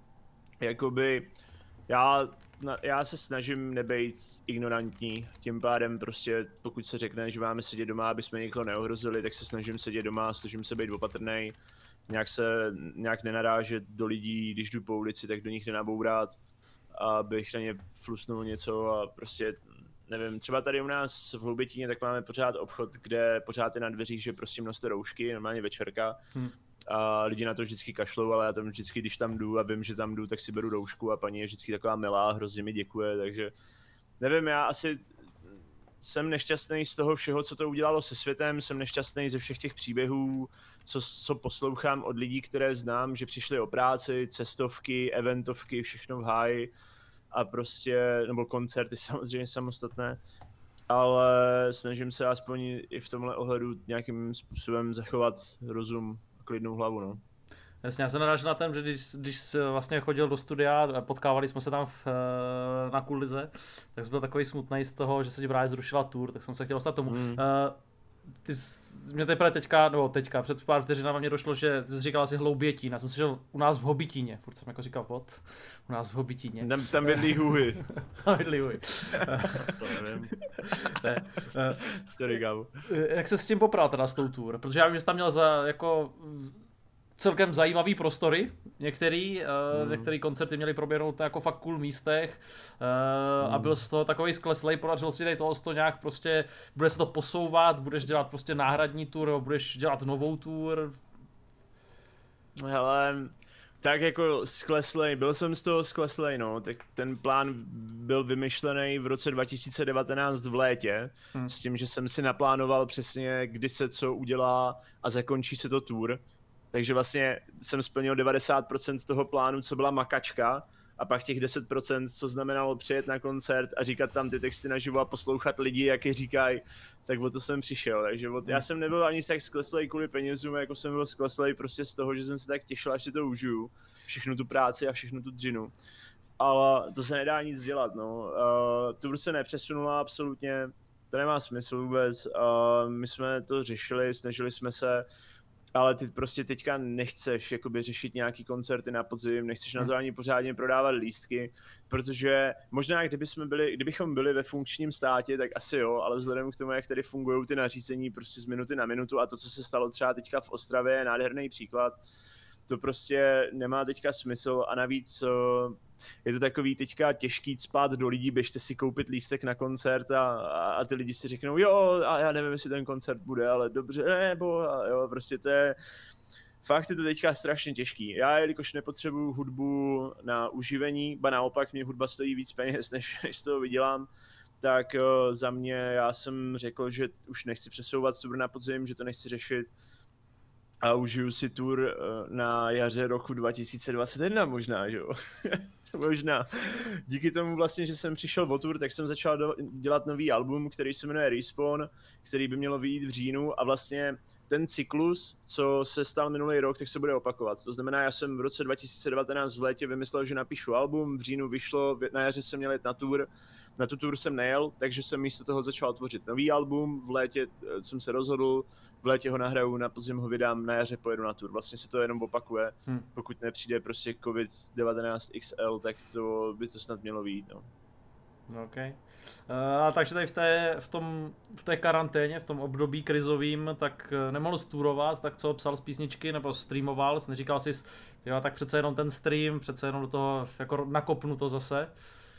jakoby já, já se snažím nebejt ignorantní, tím pádem prostě pokud se řekne, že máme sedět doma, aby jsme někoho neohrozili, tak se snažím sedět doma, snažím se být opatrnej, nějak se nějak nenarážet do lidí, když jdu po ulici, tak do nich nenabourat, abych na ně flusnul něco a prostě nevím, třeba tady u nás v Hloubětíně tak máme pořád obchod, kde pořád je na dveřích, že prosím noste roušky, normálně večerka. Hmm. A lidi na to vždycky kašlou, ale já tam vždycky, když tam jdu a vím, že tam jdu, tak si beru roušku a paní je vždycky taková milá, hrozně mi děkuje, takže nevím, já asi jsem nešťastný z toho všeho, co to udělalo se světem, jsem nešťastný ze všech těch příběhů, co, co poslouchám od lidí, které znám, že přišli o práci, cestovky, eventovky, všechno v háji a prostě, nebo koncerty samozřejmě samostatné, ale snažím se aspoň i v tomhle ohledu nějakým způsobem zachovat rozum, klidnou hlavu, no. Jasně, já jsem narážel na ten, že když, když jsi vlastně chodil do studia a potkávali jsme se tam v, na Kulize, tak jsi byl takový smutný z toho, že se ti právě zrušila tour, tak jsem se chtěl dostat tomu. Mm. Uh, ty jsi, mě teprve teďka, no teďka, před pár vteřinama mě došlo, že ty jsi říkal asi Hloubětín, já jsem slyšel u nás v Hobitíně, furt jsem jako říkal what? U nás v Hobitíně. Tam, tam bydlí huhy. Tam bydlí huhy. To nevím. Ne. To říkám. Jak se s tím popral teda s tou tour? Protože já vím, že jsi tam měl za jako celkem zajímavý prostory, některý, uh, Hmm. některý koncerty měly proběhnout na jako fakt cool místech uh, Hmm. a byl z toho takový skleslej, podařilo si tady toho to nějak prostě, bude se to posouvat, budeš dělat prostě náhradní tour, nebo budeš dělat novou tour. Hele, tak jako skleslej, byl jsem z toho skleslej, no, tak ten plán byl vymyšlený v roce dva tisíce devatenáct v létě, Hmm. s tím, že jsem si naplánoval přesně, kdy se co udělá a zakončí se to tour. Takže vlastně jsem splnil devadesát procent toho plánu, co byla makačka, a pak těch deset procent, co znamenalo přijet na koncert a říkat tam ty texty naživo a poslouchat lidi, jak je říkají, tak o to jsem přišel. Takže od, já jsem nebyl ani tak skleslej kvůli penězům, jako jsem byl skleslej prostě z toho, že jsem se tak těšil, až si to užiju. Všechnu tu práci a všechnu tu dřinu. Ale to se nedá nic dělat, no. Uh, tour se nepřesunula absolutně, to nemá smysl vůbec. Uh, my jsme to řešili, snažili jsme se, ale ty prostě teďka nechceš jakoby řešit nějaký koncerty na podzim, nechceš na to ani pořádně prodávat lístky, protože možná kdyby jsme byli, kdybychom byli ve funkčním státě, tak asi jo, ale vzhledem k tomu, jak tady fungují ty nařízení prostě z minuty na minutu a to, co se stalo třeba teďka v Ostravě, je nádherný příklad, to prostě nemá teďka smysl a navíc uh, je to takový teďka těžký cpát do lidí, běžte si koupit lístek na koncert a, a, a ty lidi si řeknou jo a já nevím, jestli ten koncert bude, ale dobře, nebo a jo, prostě to je, fakt je to teďka strašně těžký. Já, jelikož nepotřebuju hudbu na uživení, ba naopak mě hudba stojí víc peněz, než, než z toho vydělám, tak uh, za mě já jsem řekl, že už nechci přesouvat tour na podzim, že to nechci řešit, a užiju si tour na jaře roku dva tisíce dvacet jedna možná, že jo? Možná. Díky tomu vlastně, že jsem přišel o tour, tak jsem začal do, dělat nový album, který se jmenuje Respawn, který by mělo vyjít v říjnu a vlastně ten cyklus, co se stal minulý rok, tak se bude opakovat. To znamená, já jsem v roce dva tisíce devatenáct v létě vymyslel, že napíšu album, v říjnu vyšlo, na jaře jsem měl jet na tour, na tu tour jsem nejel, takže jsem místo toho začal tvořit nový album, v létě jsem se rozhodl, v létě ho nahraju, na podzim ho vydám, na jaře pojedu na tour. Vlastně se to jenom opakuje. Hmm. Pokud nepřijde prostě covid devatenáct X L, tak to by to snad mělo vyjít, no. OK. Uh, takže tady v té, v, tom, v té karanténě, v tom období krizovým, tak nemohl stůrovat, tak co, psal z písničky nebo streamoval, neříkal jsi, jo, tak přece jenom ten stream, přece jenom do toho jako nakopnu to zase.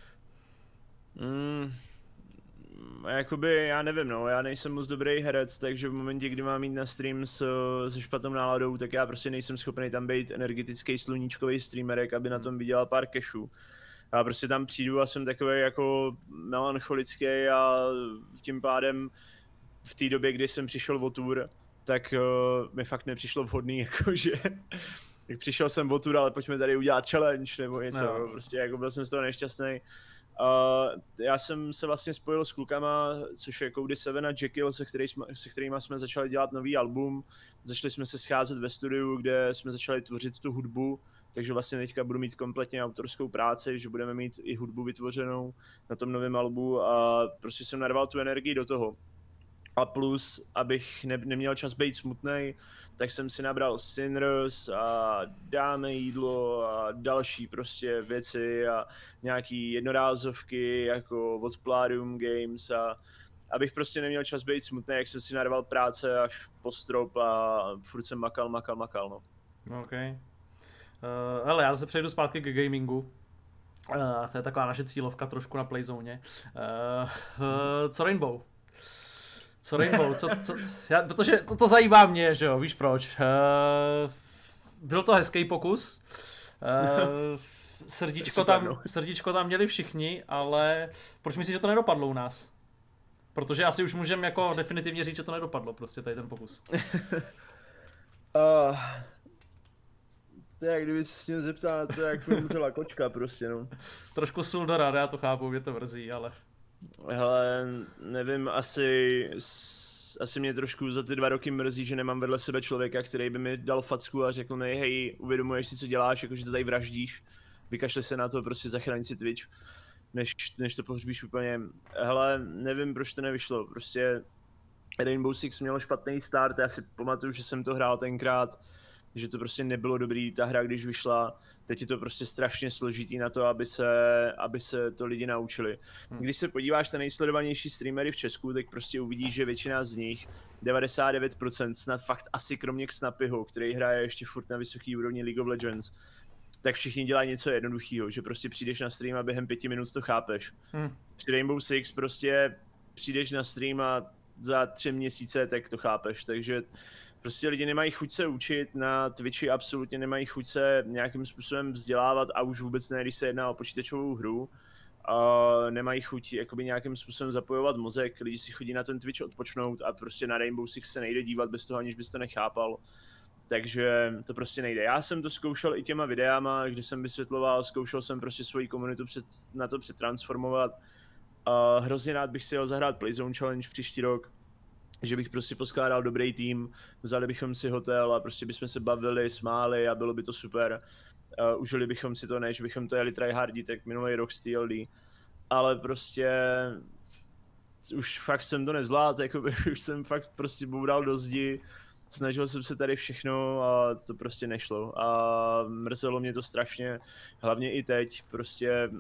Mm. Jakoby, já nevím, no, já nejsem moc dobrý herec, takže v momentě, kdy mám jít na stream s, se špatnou náladou, tak já prostě nejsem schopný tam být energetický sluníčkový streamerek, aby na tom vydělal pár cashů. Já prostě tam přijdu a jsem takový jako melancholický a tím pádem v té době, kdy jsem přišel o tour, tak uh, mi fakt nepřišlo vhodný, jakože tak přišel jsem o tour, ale pojďme tady udělat challenge nebo něco, no. Prostě jako byl jsem z toho nešťastný. Uh, já jsem se vlastně spojil s klukama, což je Cody Seven a Jekyll, se, který jsme, se kterými jsme začali dělat nový album. Začali jsme se scházet ve studiu, kde jsme začali tvořit tu hudbu, takže vlastně teďka budu mít kompletně autorskou práci, že budeme mít i hudbu vytvořenou na tom novém albu a prostě jsem narval tu energii do toho. A plus, abych ne, neměl čas být smutnej, tak jsem si nabral Sinners a Dáme jídlo a další prostě věci a nějaký jednorázovky jako od Plarium Games a abych prostě neměl čas být smutný, jak jsem si narval práce až po strop a furt jsem makal, makal, makal, no. OK. Uh, hele, já se přejdu zpátky k gamingu. Uh, to je taková naše cílovka trošku na Playzone. Uh, uh, co Rainbow? Co Rainbow? Co, co, já, protože to, to zajímá mě, že jo, víš proč. Uh, byl to hezký pokus. Uh, srdíčko, tam, srdíčko tam měli všichni, ale proč myslíš, že to nedopadlo u nás? Protože asi už můžeme jako definitivně říct, že to nedopadlo, prostě tady ten pokus. uh, to je jak kdyby se s ním zeptal, to je jak umřela kočka prostě, no. Trošku sůl do ráda, já to chápu, mě to mrzí, ale... Hele, nevím, asi, asi mě trošku za ty dva roky mrzí, že nemám vedle sebe člověka, který by mi dal facku a řekl mi, hej, uvědomuješ si, co děláš, jakože to tady vraždíš, vykašli se na to, prostě zachraň si Twitch, než, než to pohřbíš úplně. Hele, nevím, proč to nevyšlo, prostě Rainbow Six mělo špatný start, já si pamatuju, že jsem to hrál tenkrát, že to prostě nebylo dobrý, ta hra, když vyšla, teď je to prostě strašně složitý na to, aby se, aby se to lidi naučili. Když se podíváš na nejsledovanější streamery v Česku, tak prostě uvidíš, že většina z nich, devadesát devět procent, snad fakt asi kromě Xnapyho, který hraje ještě furt na vysoký úrovni League of Legends, tak všichni dělají něco jednoduchého, že prostě přijdeš na stream a během pěti minut to chápeš. Hmm. Při Rainbow Six prostě přijdeš na stream a za tři měsíce tak to chápeš, takže prostě lidi nemají chuť se učit, na Twitchi absolutně nemají chuť se nějakým způsobem vzdělávat a už vůbec ne, když se jedná o počítačovou hru. A nemají chuť jakoby nějakým způsobem zapojovat mozek, lidi si chodí na ten Twitch odpočnout a prostě na Rainbow Six se nejde dívat bez toho, aniž bys to nechápal. Takže to prostě nejde. Já jsem to zkoušel i těma videama, kdy jsem vysvětloval, zkoušel jsem prostě svoji komunitu před, na to přetransformovat. Uh, hrozně rád bych si jel zahrát Playzone Challenge příští rok, že bych prostě poskládal dobrý tým, vzali bychom si hotel a prostě bychom se bavili, smáli a bylo by to super. Uh, užili bychom si to, než bychom to jeli tryhardi, tak minulý rok z T L D. Ale prostě už fakt jsem to nezvládl, jakoby už jsem fakt prostě boural do zdi. Snažil jsem se tady všechno a to prostě nešlo a mrzelo mě to strašně, hlavně i teď, prostě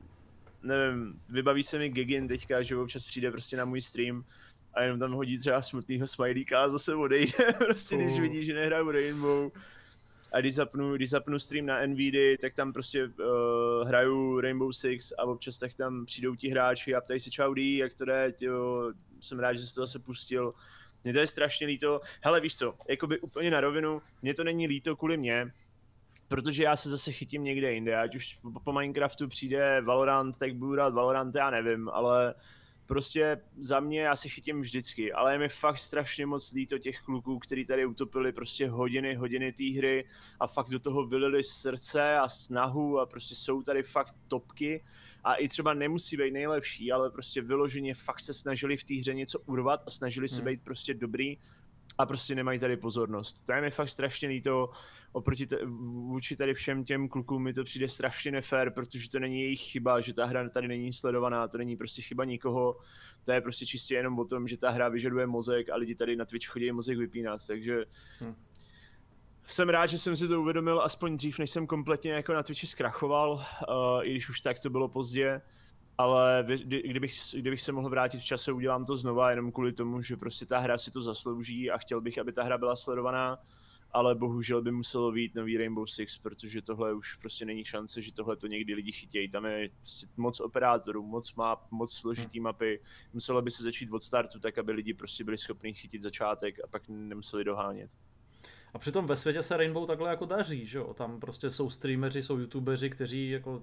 nevím, vybaví se mi Gigin teďka, že občas přijde prostě na můj stream a jenom tam hodí třeba smutnýho smajlíka a zase odejde, prostě když vidí, že nehraju Rainbow. A když zapnu, když zapnu stream na N V D, tak tam prostě uh, hraju Rainbow Six a občas tak tam přijdou ti hráči a ptají se čau D, jak to jde, tyjo, jsem rád, že jsi to zase pustil. Mně to je strašně líto, hele víš co, jakoby úplně na rovinu, mně to není líto kvůli mě, protože já se zase chytím někde jinde, ať už po Minecraftu přijde Valorant, tak budu rád Valorant, já nevím, ale prostě za mě já se chytím vždycky, ale je mi fakt strašně moc líto těch kluků, kteří tady utopili prostě hodiny, hodiny té hry a fakt do toho vylili srdce a snahu a prostě jsou tady fakt topky a i třeba nemusí být nejlepší, ale prostě vyloženě fakt se snažili v té hře něco urvat a snažili se být prostě dobrý a prostě nemají tady pozornost. To je mi fakt strašně líto, oproti t- vůči tady všem těm klukům mi to přijde strašně nefér, protože to není jejich chyba, že ta hra tady není sledovaná, to není prostě chyba nikoho, to je prostě čistě jenom o tom, že ta hra vyžaduje mozek a lidi tady na Twitch chodí mozek vypínat, takže hmm. jsem rád, že jsem si to uvědomil aspoň dřív, než jsem kompletně jako na Twitchi zkrachoval, uh, i když už tak to bylo pozdě. Ale kdybych, kdybych se mohl vrátit v čase, udělám to znova, jenom kvůli tomu, že prostě ta hra si to zaslouží a chtěl bych, aby ta hra byla sledovaná, ale bohužel by muselo vyjít nový Rainbow Six, protože tohle už prostě není šance, že tohle to někdy lidi chytějí. Tam je moc operátorů, moc map, moc složitý mapy, muselo by se začít od startu tak, aby lidi prostě byli schopni chytit začátek a pak nemuseli dohánět. A přitom ve světě se Rainbow takhle jako daří, že jo? Tam prostě jsou streameři, jsou youtubeři, kteří jako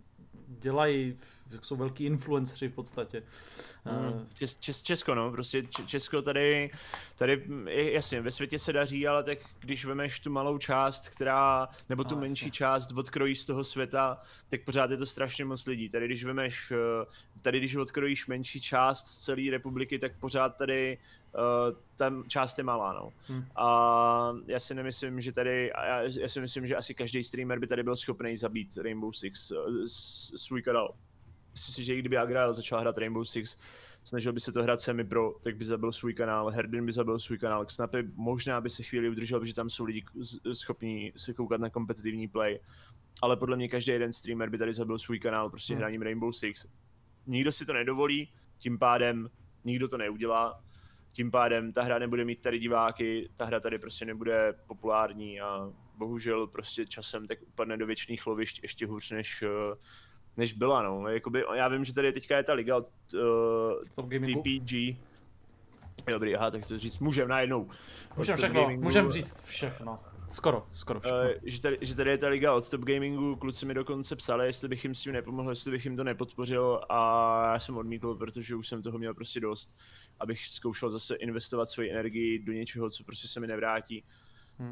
dělají, jsou velký influenceri v podstatě. Hmm. Čes, čes, Česko, no, prostě Česko tady, tady, jasně, ve světě se daří, ale tak když vemeš tu malou část, která, nebo tu no, menší jasně. část odkrojí z toho světa, tak pořád je to strašně moc lidí. Tady když vemeš, tady když odkrojíš menší část z celé republiky, tak pořád tady Uh, ta část je malá, no. Hmm. A já si nemyslím, že tady, já, já si myslím, že asi každý streamer by tady byl schopný zabít Rainbow Six uh, svůj kanál. Myslím si, že i kdyby Agrael začal hrát Rainbow Six, snažil by se to hrát semi-pro, tak by zabil svůj kanál, Herdin by zabil svůj kanál, Xnapy možná by se chvíli udržel, protože tam jsou lidi schopní se koukat na kompetitivní play, ale podle mě každý jeden streamer by tady zabil svůj kanál prostě hmm. hraním Rainbow Six. Nikdo si to nedovolí, tím pádem nikdo to neudělá. Tím pádem ta hra nebude mít tady diváky, ta hra tady prostě nebude populární a bohužel prostě časem tak upadne do věčných lovišť ještě hůř než, než byla, no. Jakoby, já vím, že tady teďka je ta liga od uh, T P G. Dobrý, aha, tak to říct můžem najednou. Můžem všechno, můžem říct všechno. Skoro, skoro všechno. Uh, že, tady, že tady je ta liga od Top Gamingu, kluci mi dokonce psali, jestli bych jim s tím nepomohl, jestli bych jim to nepodpořil a já jsem odmítl, protože už jsem toho měl prostě dost, abych zkoušel zase investovat svoji energii do něčeho, co prostě se mi nevrátí. Hmm. Uh,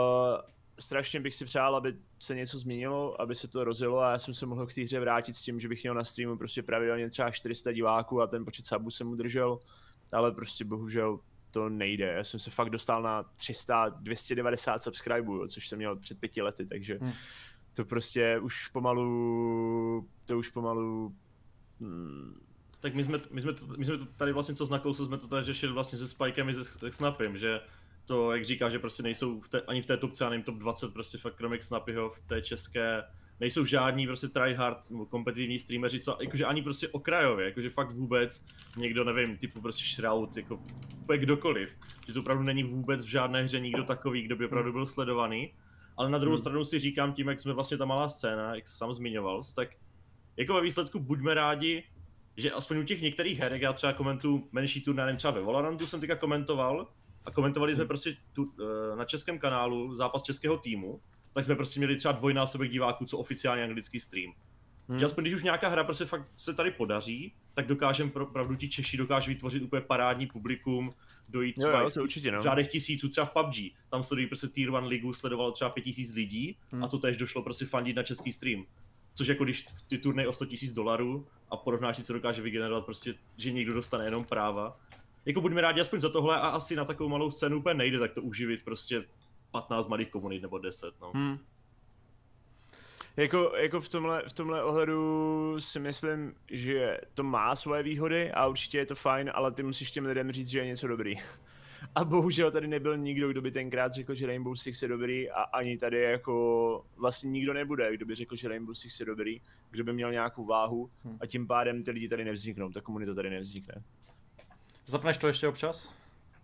strašně bych si přál, aby se něco změnilo, aby se to rozjelo a já jsem se mohl k té hře vrátit s tím, že bych měl na streamu prostě pravidelně třeba čtyři sta diváků a ten počet subů jsem udržel, ale prostě bohužel to nejde. Já jsem se fakt dostal na tři sta, dvě stě devadesát subscribů, což jsem měl před pěti lety, takže hmm. to prostě už pomalu, to už pomalu... Hmm. Tak my jsme, my, jsme to, my jsme to tady vlastně co s Nakousu jsme to tady řešili vlastně se Spikem i se Xnapym, že to, jak říká, že prostě nejsou v té, ani v té topce, ani top dvacet, prostě fakt kromě Snapyho v té české, nejsou žádní prostě tryhard nebo kompetitivní streameři, co, jakože ani prostě okrajově, jakože fakt vůbec někdo, nevím, typu prostě Shroud, jako úplně kdokoliv, že to opravdu není vůbec v žádné hře nikdo takový, kdo by opravdu byl sledovaný, ale na druhou hmm. stranu si říkám tím, jak jsme vlastně ta malá scéna, jak jsi sám zmiňoval, tak jako ve výsledku buďme rádi, že aspoň u těch některých her, jak já třeba komentuju menší turnaj, třeba ve Valorantu jsem teďka komentoval, a komentovali jsme prostě tu, na českém kanálu zápas českého týmu, tak jsme prostě měli třeba dvojnásobek diváků, co oficiálně anglický stream. Hmm. Že aspoň když už nějaká hra prostě fakt se tady podaří, tak dokážeme, opravdu ti Češi dokáží vytvořit úplně parádní publikum, dojít jo, třeba jo, to určitě, no. v řádech tisíců, třeba v P U B G. Tam sledují prostě Tier jedna ligu, sledovalo třeba pět tisíc lidí hmm. a to tež došlo prostě fandit na český stream. Což jako když ty turnej o sto tisíc dolarů a porovnáš si, co dokáže vygenerovat prostě, že někdo dostane jenom práva. Jako buďme rádi aspoň za tohle a asi na takovou malou scénu úplně nejde, tak to uživit prostě patnáct malých komunit nebo deset, no. Hmm. Jako, jako v, tomhle, v tomhle ohledu si myslím, že to má svoje výhody a určitě je to fajn, ale ty musíš těm lidem říct, že je něco dobrý. A bohužel tady nebyl nikdo, kdo by tenkrát řekl, že Rainbow Six je dobrý a ani tady jako vlastně nikdo nebude, kdo by řekl, že Rainbow Six je dobrý, kdo by měl nějakou váhu a tím pádem ty lidi tady nevzniknou, ta komunita tady nevznikne. Zapneš to ještě občas?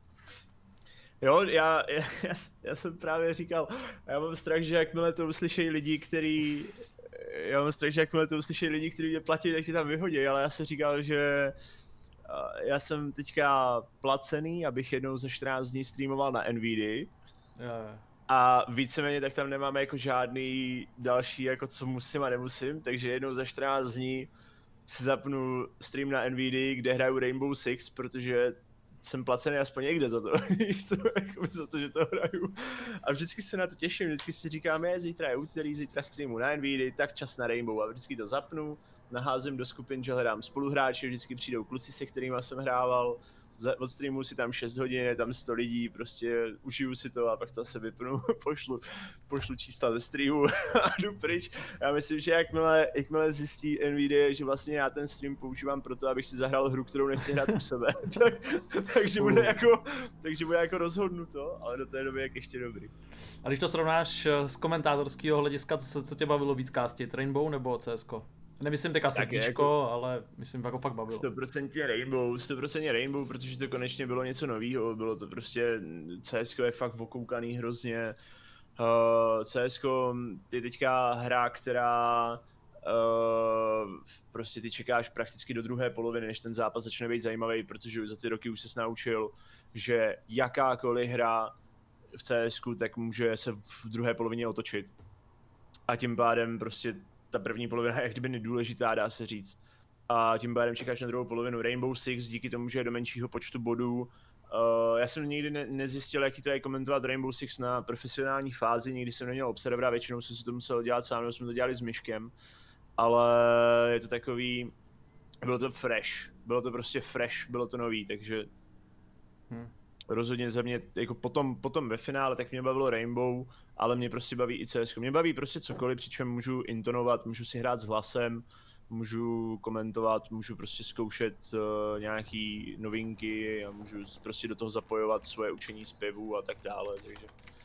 Jo, já, já, já jsem právě říkal, já mám strach, že jakmile to uslyšejí lidi, který, já mám strach, že jakmile to uslyšejí lidi, kteří mě platí, tak ti tam vyhodí, ale já jsem říkal, že já jsem teďka placený, abych jednou za čtrnáct dní streamoval na N V D. Yeah. A víceméně tak tam nemáme jako žádný další, jako co musím a nemusím, takže jednou za čtrnáct dní si zapnu stream na N V D, kde hraju Rainbow Six, protože jsem placený aspoň někde za to, za to, že to hraju. A vždycky se na to těším, vždycky si říkám, je, zítra je úterý, zítra streamu na N V D, tak čas na Rainbow a vždycky to zapnu, naházím do skupin, že hledám spoluhráče, vždycky přijdou kluci, se kterými jsem hrával, za, od streamu si tam šest hodin, je tam sto lidí, prostě užiju si to a pak to se vypnu, pošlu, pošlu čísla ze streamu a jdu pryč. Já myslím, že jakmile, jakmile zjistí N V D, že vlastně já ten stream používám pro to, abych si zahrál hru, kterou nechci hrát u sebe, tak, takže, bude jako, takže bude jako rozhodnuto, ale do té doby jak ještě dobrý. A když to srovnáš z komentátorského hlediska, co, co tě bavilo víc castit, Rainbow nebo C S K O? Nemyslím teďka srdíčko, jako, ale myslím jako fakt bavilo. sto procent Rainbow, sto procent Rainbow, protože to konečně bylo něco novýho, bylo to prostě, C S K O je fakt okoukaný hrozně. Uh, C S K O je teďka hra, která uh, prostě ty čekáš prakticky do druhé poloviny, než ten zápas začne být zajímavý, protože za ty roky už ses naučil, že jakákoliv hra v C S K O tak může se v druhé polovině otočit. A tím pádem prostě ta první polovina je jak kdyby nedůležitá, dá se říct. A tím pádem čekáš na druhou polovinu. Rainbow Six díky tomu, že je do menšího počtu bodů. Uh, já jsem nikdy ne- nezjistil, jaký to je komentovat Rainbow Six na profesionální fázi, nikdy jsem neměl observera, většinou jsem si to musel dělat sám, nebo jsme to dělali s myškem. Ale je to takový, bylo to fresh, bylo to prostě fresh, bylo to nový, takže hmm. rozhodně za mě, jako potom, potom ve finále, tak mě bavilo Rainbow, ale mě prostě baví i C S K O. Mě baví prostě cokoliv, přičem můžu intonovat, můžu si hrát s hlasem, můžu komentovat, můžu prostě zkoušet uh, nějaký novinky a můžu prostě do toho zapojovat svoje učení zpěvů a tak dále, takže.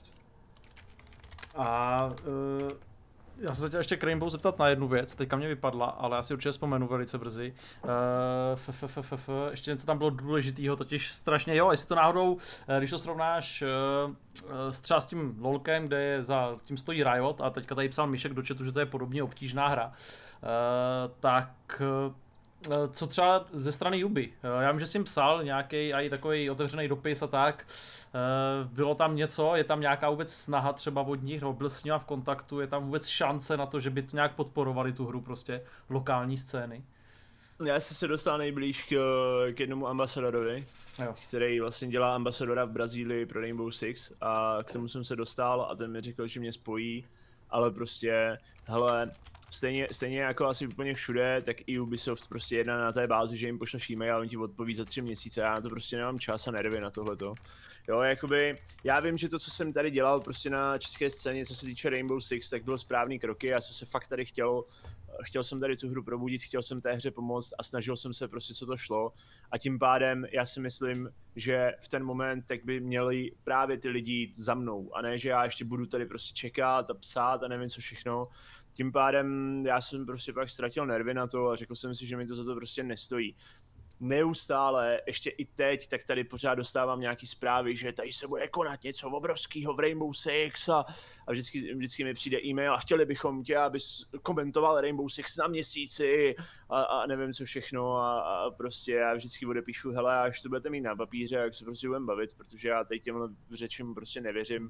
A uh, já jsem se chtěl ještě k Rainbow zeptat na jednu věc, teďka mě vypadla, ale já si určitě vzpomenu velice brzy. Uh, f, f, f, f, f, ještě něco tam bylo důležitýho, totiž strašně, jo, jestli to náhodou, když to srovnáš uh, s třeba s tím LOLkem, kde je za tím stojí Riot, a teďka tady psal Myšek do chatu, že to je podobně obtížná hra, uh, tak uh, co třeba ze strany Ubi? Já vím, že jsi jim psal nějaký i takový otevřený dopis a tak. Bylo tam něco, je tam nějaká vůbec snaha třeba od nich, nebo byl s nima v kontaktu, je tam vůbec šance na to, že by to nějak podporovali tu hru prostě lokální scény? Já jsem se dostal nejblíž k, k jednomu ambasadorovi, jo. který vlastně dělá ambasadora v Brazílii pro Rainbow Six a k tomu jsem se dostal a ten mi řekl, že mě spojí, ale prostě, hele, stejně, stejně jako asi úplně všude, tak i Ubisoft prostě jedná na té bázi, že jim pošleš e-mail a on ti odpoví za tři měsíce, já na to prostě nemám čas a nervy na tohleto. Jo, jakoby, já vím, že to, co jsem tady dělal prostě na české scéně, co se týče Rainbow Six, tak bylo správný kroky, já jsem se fakt tady chtěl, chtěl jsem tady tu hru probudit, chtěl jsem té hře pomoct a snažil jsem se prostě, co to šlo. A tím pádem já si myslím, že v ten moment tak by měli právě ty lidi jít za mnou, a ne, že já ještě budu tady prostě čekat a psát a nevím co všechno. Tím pádem já jsem prostě pak ztratil nervy na to a řekl jsem si, že mi to za to prostě nestojí. Neustále, ještě i teď, tak tady pořád dostávám nějaký zprávy, že tady se bude konat něco obrovského v Rainbow Six a, a vždycky, vždycky mi přijde e-mail a chtěli bychom tě, abys komentoval Rainbow Six na měsíci a, a nevím co všechno a, a prostě já vždycky odepíšu, hele, až to budete mít na papíře, jak se prostě budeme bavit, protože já teď těmhle řečím prostě nevěřím.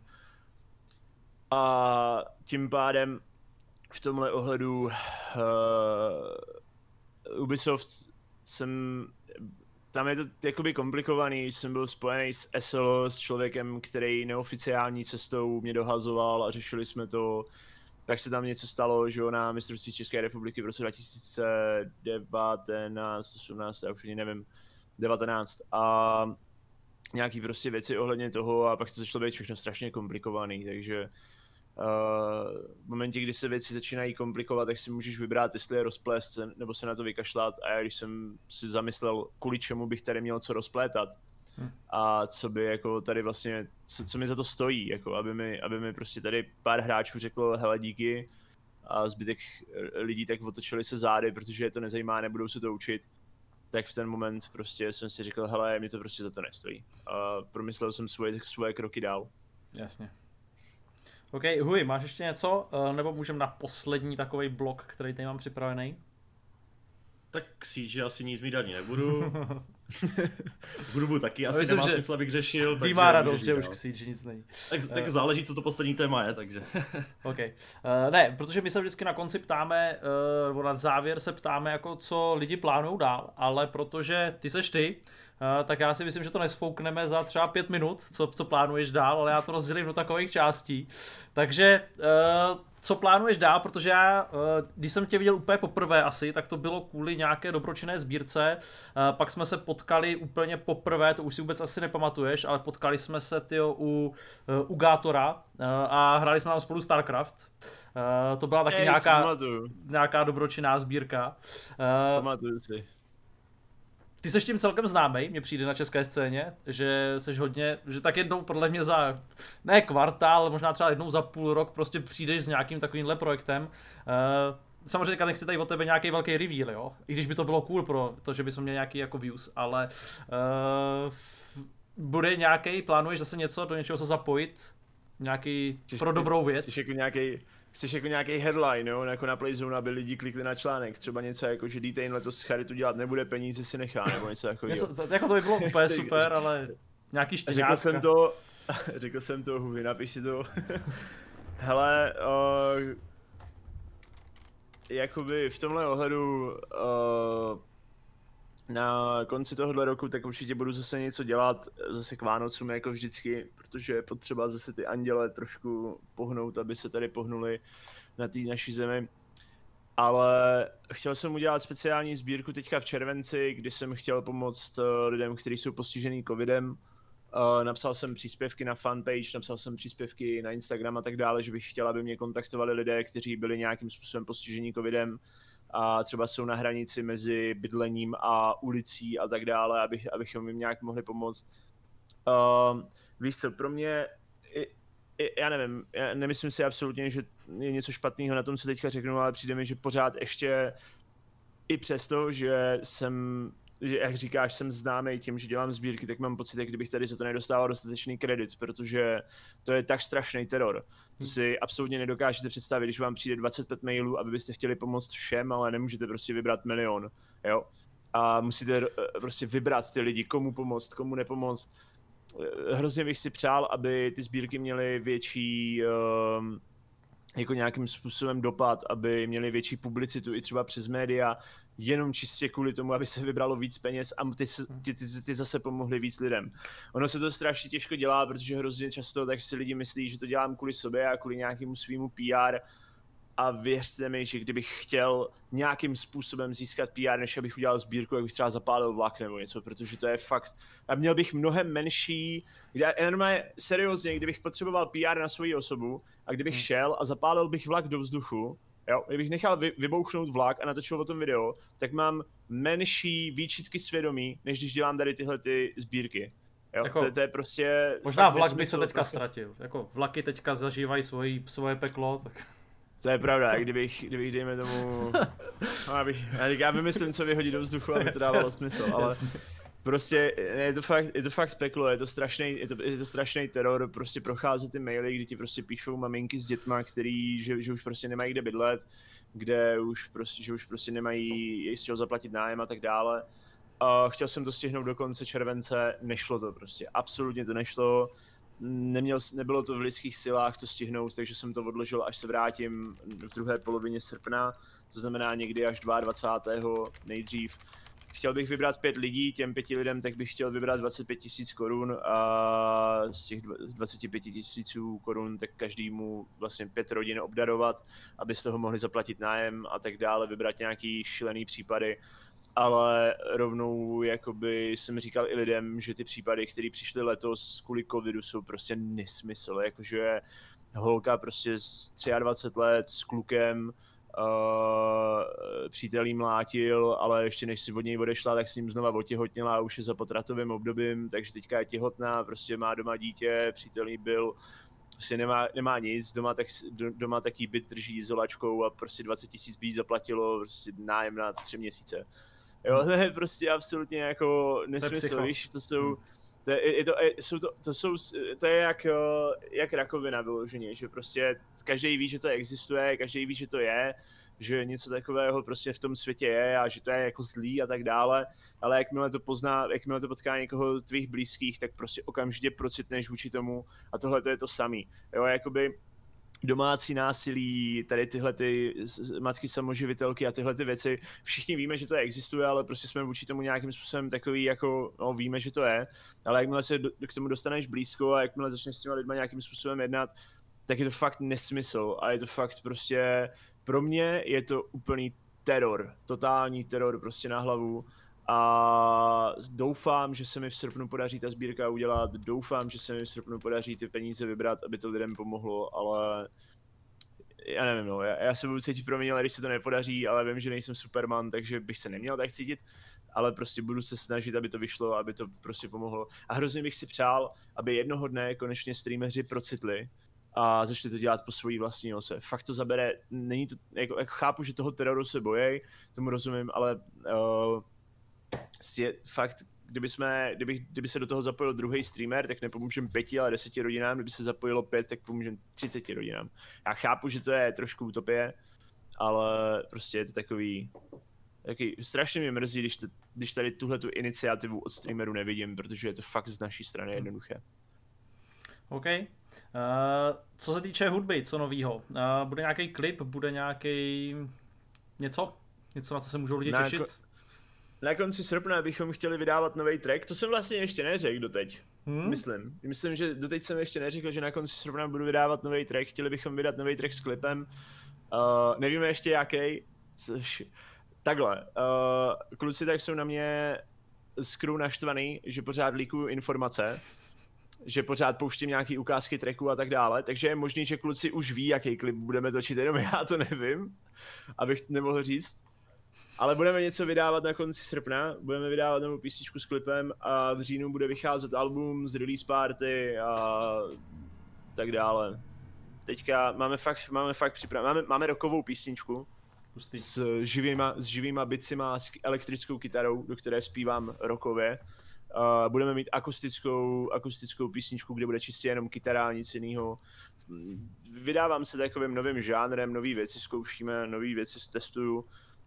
A tím pádem v tomhle ohledu uh, Ubisoft jsem, tam je to jakoby komplikovaný, jsem byl spojený s S L O, s člověkem, který neoficiální cestou mě dohazoval a řešili jsme to. Tak se tam něco stalo, že na mistrovství České republiky v roce dva tisíce devatenáct, osmnáct, já už ani nevím, devatenáct a nějaký prostě věci ohledně toho a pak to začalo být všechno strašně komplikovaný, takže Uh, v momentě, kdy se věci začínají komplikovat, tak si můžeš vybrat, jestli je rozplést nebo se na to vykašlat, a já když jsem si zamyslel, kvůli čemu bych tady měl co rozplétat hmm. a co by jako tady vlastně, co, co mi za to stojí, jako aby mi, aby mi prostě tady pár hráčů řeklo hele díky a zbytek lidí tak otočili se zády, protože je to nezajímá, nebudou se to učit, tak v ten moment prostě jsem si řekl hele, mi to prostě za to nestojí a promyslel jsem svoje, svoje kroky dál. Jasně. OK, Hui, máš ještě něco? Nebo můžeme na poslední takový blok, který tady mám připravený? Tak Siege asi nic mít ani nebudu. budu, budu taky, asi myslím, nemá smysl, abych řešil. Tý má radost, že už k Siege nic není. Tak, tak záleží, co to poslední téma je, takže. OK. Uh, ne, protože my se vždycky na konci ptáme, uh, nebo na závěr se ptáme, jako co lidi plánují dál, ale protože ty seš ty, Uh, tak já si myslím, že to nesfoukneme za třeba pět minut, co, co plánuješ dál, ale já to rozdělím do takových částí. Takže uh, co plánuješ dál, protože já, uh, když jsem tě viděl úplně poprvé asi, tak to bylo kvůli nějaké dobročinné sbírce, uh, pak jsme se potkali úplně poprvé, to už si vůbec asi nepamatuješ, ale potkali jsme se tyjo, u, uh, u Gátora uh, a hráli jsme tam spolu StarCraft. Uh, to byla taky Ej, nějaká, nějaká dobročinná sbírka. Uh, Pamatuju si. Ty seš tím celkem známej, mně přijde na české scéně, že seš hodně, že tak jednou podle mě za, ne kvartál, možná třeba jednou za půl rok prostě přijdeš s nějakým takovýmhle projektem. Uh, samozřejmě teďka nechci tady od tebe nějaký velký reveal, jo, i když by to bylo cool pro to, že bychom měli nějaký jako views, ale uh, bude nějaký, plánuješ zase něco, do něčeho se zapojit, nějaký chceš, pro dobrou věc? Chceš jako nějaký, chceš jako nějaký headline, jo, jako na Playzone, aby lidi klikli na článek, třeba něco jako, že D-Tain letos charitu dělat nebude, peníze si nechá, nebo něco takového. Jako to by bylo úplně super, ale nějaký štěňátka. Řekl jsem to, řekl jsem to, Huvi, napiš si to. Hele, uh, jakoby v tomhle ohledu uh, na konci tohohle roku tak určitě budu zase něco dělat, zase k Vánocům jako vždycky, protože je potřeba zase ty anděle trošku pohnout, aby se tady pohnuli na té naší zemi. Ale chtěl jsem udělat speciální sbírku teďka v červenci, kdy jsem chtěl pomoct lidem, kteří jsou postižený covidem. Uh, napsal jsem příspěvky na fanpage, napsal jsem příspěvky na Instagram a tak dále, že bych chtěl, aby mě kontaktovali lidé, kteří byli nějakým způsobem postižení covidem a třeba jsou na hranici mezi bydlením a ulicí a tak dále, abych, abychom jim nějak mohli pomoct. Uh, víš co, pro mě, i, i, já nevím, já nemyslím si absolutně, že je něco špatného na tom, co teďka řeknu, ale přijde mi, že pořád ještě i přesto, že jsem, že jak říkáš, jsem známý tím, že dělám sbírky, tak mám pocit, jak kdybych tady za to nedostával dostatečný kredit, protože to je tak strašný teror. To si absolutně nedokážete představit, když vám přijde dvacet pět mailů, aby byste chtěli pomoct všem, ale nemůžete prostě vybrat milion, jo. A musíte prostě vybrat ty lidi, komu pomoct, komu nepomoct. Hrozně bych si přál, aby ty sbírky měly větší um, jako nějakým způsobem dopad, aby měli větší publicitu i třeba přes média, jenom čistě kvůli tomu, aby se vybralo víc peněz a ty, ty, ty, ty zase pomohly víc lidem. Ono se to strašně těžko dělá, protože hrozně často tak si lidi myslí, že to dělám kvůli sobě a kvůli nějakému svýmu P R, a věřte mi, že kdybych chtěl nějakým způsobem získat P R, než abych udělal sbírku, jak bych třeba zapálil vlak nebo něco, protože to je fakt, a měl bych mnohem menší, normálně seriózně, kdybych potřeboval P R na svoji osobu a kdybych hmm. šel a zapálil bych vlak do vzduchu, jo, kdybych nechal vy, vybouchnout vlak a natočil o tom video, tak mám menší výčitky svědomí, než když dělám tady tyhle ty sbírky. Jo, jako, to, to je prostě... Možná vlak by se teďka prostě ztratil, jako vlaky teďka zažívají svoji, svoje peklo, tak... To je pravda, kdybych, kdybych dejme tomu... No, abych, já vymyslím, co vyhodit do vzduchu, aby to dávalo smysl, ale prostě je to fakt, je to fakt peklo, je to strašný, je to, je to strašný teror, prostě procházet ty maily, kdy ti prostě píšou maminky s dětma, který, že, že už prostě nemají kde bydlet, kde už prostě, že už prostě nemají z čeho zaplatit nájem a tak dále. Uh, chtěl jsem to stihnout do konce července, nešlo to prostě, absolutně to nešlo. Neměl, nebylo to v lidských silách to stihnout, takže jsem to odložil, až se vrátím v druhé polovině srpna, to znamená někdy až dvacátého druhého nejdřív. Chtěl bych vybrat pět lidí, těm pěti lidem tak bych chtěl vybrat dvacet pět tisíc korun a z těch dvacet pět tisíců korun tak každému vlastně pět rodin obdarovat, aby z toho mohli zaplatit nájem a tak dále, vybrat nějaký šílený případy. Ale rovnou jakoby jsem říkal i lidem, že ty případy, které přišly letos kvůli covidu, jsou prostě nesmysl, jakože holka prostě z dvacet tři let s klukem, uh, přítel jí mlátil, ale ještě než si od něj odešla, tak s ním znova otěhotněla a už je za potratovým obdobím, takže teďka je těhotná, prostě má doma dítě, přítel jí byl, prostě nemá, nemá nic, doma, tak, doma taky byt drží izolačkou a prostě dvacet tisíc by jí zaplatilo prostě nájem na tři měsíce. Jo, to je prostě absolutně jako nesmysl, víš, to jsou, to je, je to, je, jsou to, to jsou, to je jak, jak rakovina vyloženě, že prostě každý ví, že to existuje, každý ví, že to je, že něco takového prostě v tom světě je a že to je jako zlý a tak dále, ale jakmile to pozná, jakmile to potká někoho tvých blízkých, tak prostě okamžitě procitneš vůči tomu a tohle to je to samý, jo, jakoby domácí násilí, tady tyhle ty matky samoživitelky a tyhle ty věci, všichni víme, že to existuje, ale prostě jsme vůči tomu nějakým způsobem takový, jako, no víme, že to je, ale jakmile se do, k tomu dostaneš blízko a jakmile začneš s těma lidma nějakým způsobem jednat, tak je to fakt nesmysl a je to fakt prostě, pro mě je to úplný teror, totální teror prostě na hlavu. A doufám, že se mi v srpnu podaří ta sbírka udělat, doufám, že se mi v srpnu podaří ty peníze vybrat, aby to lidem pomohlo, ale já nevím, no, já, já se budu cítit proměnil, když se to nepodaří, ale vím, že nejsem Superman, takže bych se neměl tak cítit, ale prostě budu se snažit, aby to vyšlo, aby to prostě pomohlo. A hrozně bych si přál, aby jednoho dne konečně streameři procitli a začali to dělat po svojí vlastní ose. Fakt to zabere, není to, jako, jako chápu, že toho teroru se bojej, tomu rozumím, ale uh, je fakt, kdyby, jsme, kdyby, kdyby se do toho zapojil druhý streamer, tak nepomůžeme pěti, ale deseti rodinám, kdyby se zapojilo pět, tak pomůžeme třiceti rodinám. Já chápu, že to je trošku utopie, ale prostě je to takový, takový strašně mě mrzí, když, to, když tady tuhle tu iniciativu od streameru nevidím, protože je to fakt z naší strany jednoduché. OK. Uh, co se týče hudby, co novýho? Uh, bude nějaký klip, bude nějaký něco? Něco, na co se můžou lidi na těšit? Ko- na konci srpna bychom chtěli vydávat nový track, to jsem vlastně ještě neřekl doteď, hmm? myslím. Myslím, že doteď jsem ještě neřekl, že na konci srpna budu vydávat nový track, chtěli bychom vydat nový track s klipem, uh, nevíme ještě jaký, což... Takhle, uh, kluci tak jsou na mě z crew naštvaný, že pořád líkuju informace, že pořád pouštím nějaký ukázky tracku a tak dále, takže je možný, že kluci už ví, jaký klip budeme točit, jenom já to nevím, abych nemohl říct. Ale budeme něco vydávat na konci srpna, budeme vydávat novou písničku s klipem a v říjnu bude vycházet album z release party a tak dále. Teďka máme fakt, máme fakt připravenou, máme, máme rockovou písničku Pustý. s živýma, s živýma bicima, s elektrickou kytarou, do které zpívám rockově. Uh, budeme mít akustickou, akustickou písničku, kde bude čistě jenom kytara a nic jiného. Vydávám se takovým novým žánrem, nový věci zkoušíme, nový věci testuju.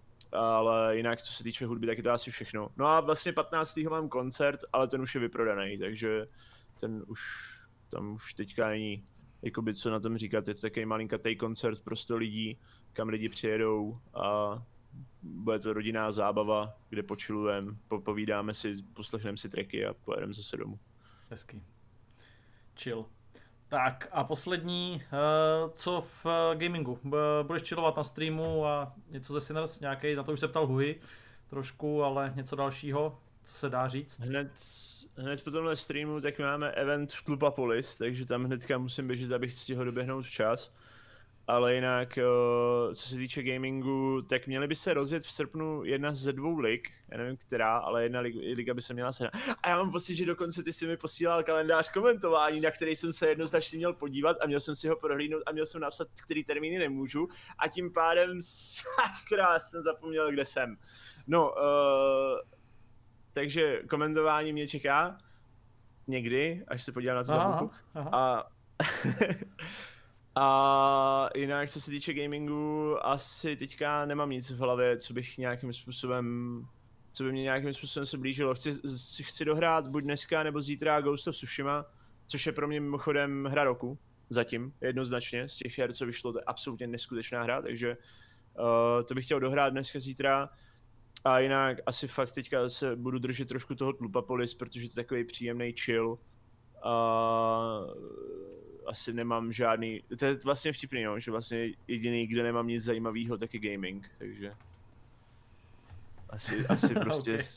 Ale jinak, co se týče hudby, tak je to asi všechno. No a vlastně patnáctého mám koncert, ale ten už je vyprodaný, takže ten už, tam už teďka není, jakoby co na tom říkat, je to takový malinkatý koncert pro sto lidí, kam lidi přijedou a bude to rodinná zábava, kde počilujeme, popovídáme si, poslechneme si tracky a pojedeme zase domů. Hezky. Chill. Tak a poslední, co v gamingu? Budeš chillovat na streamu a něco ze Sinners, nějaký, na to už se ptal Huhy trošku, ale něco dalšího, co se dá říct? Hned, hned po tomhle streamu tak máme event v Klubapolis, takže tam hnedka musím běžet, abych stihl doběhnout včas. Ale jinak, co se týče gamingu, tak měly by se rozjet v srpnu jedna ze dvou lig, já nevím která, ale jedna liga by se měla sehnat. A já mám pocit, že dokonce ty si mi posílal kalendář komentování, na který jsem se jednoznačně měl podívat a měl jsem si ho prohlídnout a měl jsem napsat, který termíny nemůžu a tím pádem sakra jsem zapomněl, kde jsem. No, uh, takže komentování mě čeká někdy, až se podívám na tu tabulku. A A jinak, co se týče gamingu, asi teďka nemám nic v hlavě, co bych nějakým způsobem, co by mě nějakým způsobem se blížilo. Chci, chci dohrát buď dneska nebo zítra Ghost of Tsushima, což je pro mě mimochodem hra roku, zatím, jednoznačně, z těch her, co vyšlo, to je absolutně neskutečná hra, takže uh, to bych chtěl dohrát dneska, zítra. A jinak asi fakt teďka se budu držet trošku toho Tlupapolis, protože to je takový příjemný chill. Uh, asi nemám žádný, to je vlastně vtipný, no, že vlastně jediný, kde nemám nic zajímavého, tak je gaming, takže asi, asi prostě okay.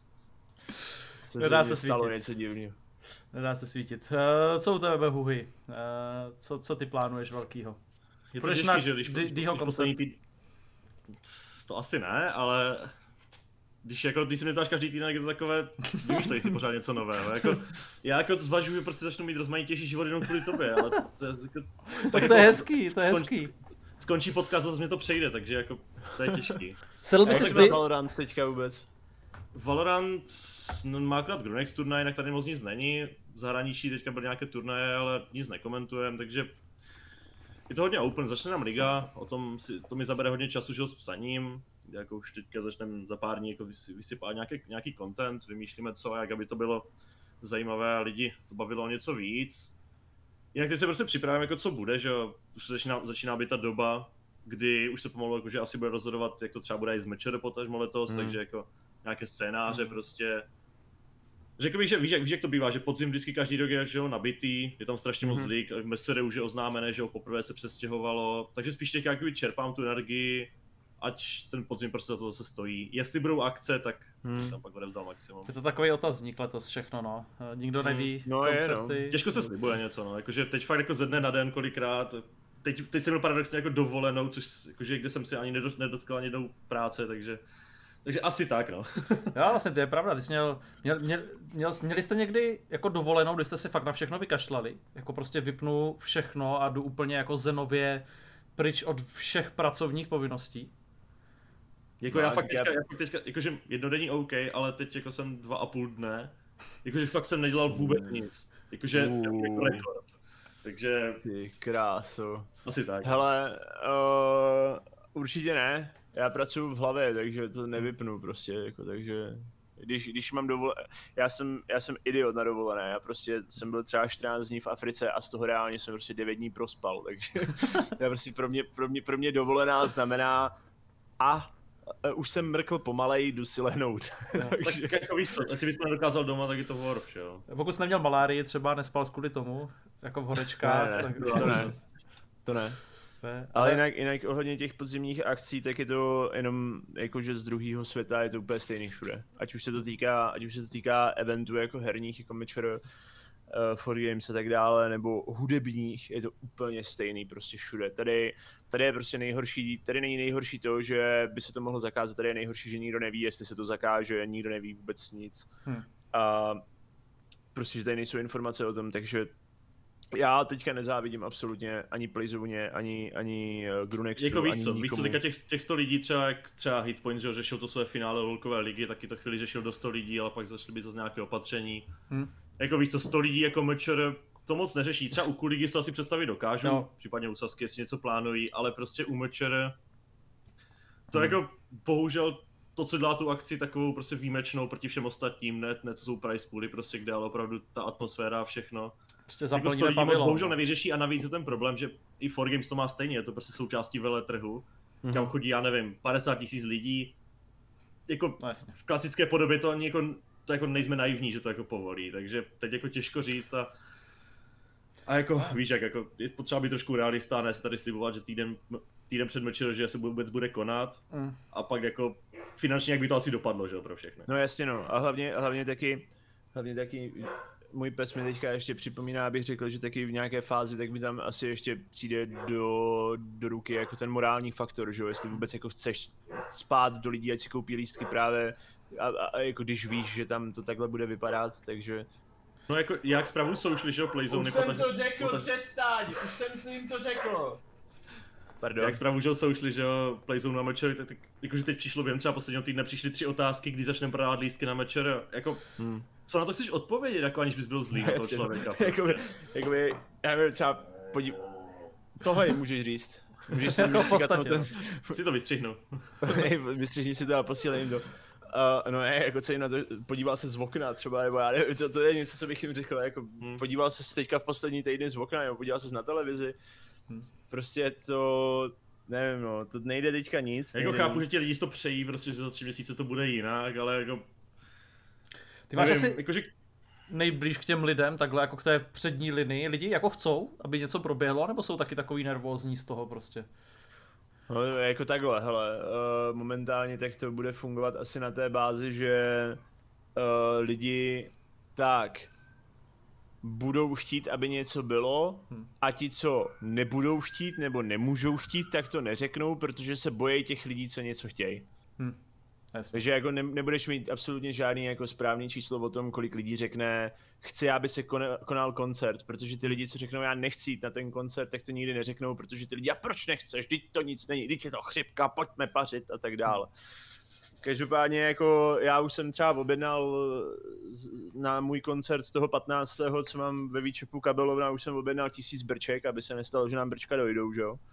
se, Nedá se se stalo svítit. něco divného. Nedá se svítit. Uh, co u tebe, Huhy? Uh, co, co ty plánuješ velkýho? Je to Budeš těžký, na že když, D- Dýho když koncert? poslední tý... To asi ne, ale když jako, když se mě ptáš každý týden, tak je to takové, vymýšlej si pořád něco nového, jako, já jako zvažuji, že prostě začnu mít rozmanitější život jenom kvůli tobě, ale to, to, jako, tak to je hezký, to je hezký. Skončí podcast a zase mě to přejde, takže jako, to je těžký. Sedl by Jak si se ty... Valorant teďka vůbec? Valorant no, má akorát Grunex turnaj, jinak tady moc nic není, v zahraničí teďka byly nějaké turnaje, ale nic nekomentujem, takže je to hodně open, začne nám liga, o tom si, to mi zabere hodně času, že s psaním, kde jako už teďka začneme za pár dní jako vysypat nějaký, nějaký content, vymýšlíme co a jak, aby to bylo zajímavé a lidi to bavilo o něco víc. Jinak teď se prostě připravím jako co bude, že už začíná, začíná být ta doba, kdy už se pomalu jako, že asi bude rozhodovat, jak to třeba bude i z Mečer potažmo letos, hmm. takže jako nějaké scénáře hmm. prostě. Řekl bych, že víš, jak, víš, jak to bývá, že podzim vždycky každý rok je že jo, nabitý, je tam strašně moc mm-hmm. lig, v Mesere už je oznámené, že jo, poprvé se přestěhovalo, takže spíš teď jak čerpám tu energii, ať ten podzim prostě za to zase stojí. Jestli budou akce, tak hmm. tam pak bude vzdal maximum. Je to takový otazník letos všechno, no. Nikdo neví, no koncerty. Je, no. Těžko se slibuje něco, no, jakože teď fakt jako ze dne na den kolikrát, teď, teď jsem měl paradoxně jako dovolenou, což jakože kde jsem si ani nedotkl ani jednou práce, takže Takže asi tak, no. Jo, vlastně to je pravda, ty jsi měl, měl, měl, měl, měli jste někdy jako dovolenou, kdy jste si fakt na všechno vykašlali? Jako prostě vypnu všechno a jdu úplně jako zenově pryč od všech pracovních povinností? Jako no, já fakt teďka, já fakt teďka, jakože jednodenní OK, ale teď jako jsem dva a půl dne, jakože fakt jsem nedělal vůbec uh. nic, jakože uh. jako rekord. Takže... Ty kráso. Asi tak. Hele, uh, určitě ne. Já pracuji v hlavě, takže to nevypnu prostě, jako, takže když, když mám dovolené, já jsem, já jsem idiot na dovolené, já prostě jsem byl třeba čtrnáct dní v Africe a z toho reálně jsem prostě devět dní prospal, takže já prostě pro mě, pro mě, pro mě dovolená znamená a Uh, už jsem mrkl pomalej, jdu si lehnout. No, takže... Tak jako víš to, jestli bys to nedokázal doma, tak je to worf, jo. Pokud jsi neměl malárii, třeba nespal kvůli tomu, jako v horečkách, ne, ne, tak... To ne, to ne. ne. Ale jinak, jinak ohledně těch podzimních akcí, tak je to jenom jakože z druhého světa je to úplně stejný všude. Ať už se to týká, ať už se to týká eventů jako herních, jako Matcher, uh, For Games a tak dále, nebo hudebních, je to úplně stejný prostě všude. Tady, tady je prostě nejhorší, tady není nejhorší to, že by se to mohlo zakázat, tady je nejhorší, že nikdo neví, jestli se to zakáže, nikdo neví vůbec nic. Hmm. A prostě, že tady nejsou informace o tom, takže já teďka nezávidím absolutně ani Playzone, ani, ani Grunexu, jako víc ani co, nikomu. víc co, teďka těch, těch sto lidí, třeba jak třeba Hitpoint, že řešil to své finále lolkové ligy, taky to chvíli řešil do sto lidí, ale pak začaly být zase nějaké opatření. Hmm. Jako víc co, sto lidí jako Matcher to moc neřeší, třeba u Kuligy to asi představit dokážu, no. Případně u Sasky, jestli něco plánují, ale prostě u Matcher to hmm. jako bohužel to, co dělá tu akci takovou prostě výjimečnou proti všem ostatním, ne, ne co jsou prize pooly, prostě kde ale opravdu ta atmosféra a všechno. Prostě jako sto lidí moc bohužel nevyřeší a navíc je ten problém, že i For Games to má stejně, je to prostě součástí veletrhu, mm-hmm. kam chodí, já nevím, padesát tisíc lidí. Jako no, v klasické podobě to ani jako, to jako nejsme naivní, že to jako povolí, takže teď jako těžko říct a A jako, víš jak, jako, je potřeba být trošku realista, ne se tady slibovat, že týden, týden před mečer, že se vůbec bude konat mm. a pak jako finančně jak by to asi dopadlo, že jo, pro všechny. No jasně no, a hlavně, a hlavně taky, hlavně taky můj pes mi teďka ještě připomíná, abych řekl, že taky v nějaké fázi, tak mi tam asi ještě přijde do, do ruky jako ten morální faktor, že jo, jestli vůbec jako chceš spát do lidí, ať si koupí lístky právě a, a, a jako když víš, že tam to takhle bude vypadat, takže... No jako, jak spravuju Social, že jo, Playzone... Už jsem to řekl, potaž... přestaň, už jsem jim to řekl. Pardon. Jak spravuju Social, že jo, Playzone na Matcher, tak, tak jakože teď přišlo během třeba posledního týdne, přišly tři otázky, kdy začneme prodávat lístky na Matcher, jako... Hmm. Co na to chceš odpovědět, jako aniž bys byl zlý na toho člověka? Jakoby, jakoby, já nevím, třeba podí... Tohle můžeš říct. Můžeš si jako říkat ten... Si to vystřihnu. Vystřihni si to a posílej jim to. Uh, no ne, jako co jim na to, podíval se z okna třeba, nebo já nevím, to, to je něco, co bych jim řekl, jako hmm. podíval se teďka v poslední týdny z okna, nebo podíval se na televizi. Hmm. Prostě to, nevím no, to nejde teďka nic. Jako chápu, že ti lidi to přejí, prostě, že za tři měsíce to bude jinak, ale jako... Ty máš nevím, asi jakože... nejblíž k těm lidem, takhle jako k té přední linii, lidi jako chcou, aby něco proběhlo, nebo jsou taky takový nervózní z toho prostě? No jako takhle, hele, uh, momentálně tak to bude fungovat asi na té bázi, že uh, lidi tak budou chtít, aby něco bylo hmm. a ti, co nebudou chtít nebo nemůžou chtít, tak to neřeknou, protože se bojí těch lidí, co něco chtějí. Hmm. Takže jako ne, nebudeš mít absolutně žádný jako správný číslo o tom, kolik lidí řekne chci, aby se konal, konal koncert, protože ty lidi, co řeknou já nechci jít na ten koncert, tak to nikdy neřeknou, protože ty lidi a proč nechceš, vždyť to nic není, vždyť je to chřipka, pojďme pařit a tak dále. Každopádně jako já už jsem třeba objednal na můj koncert toho patnáctého co mám ve Výčepu Kabelovna, už jsem objednal tisíc brček, aby se nestalo, že nám brčka dojdou, že jo?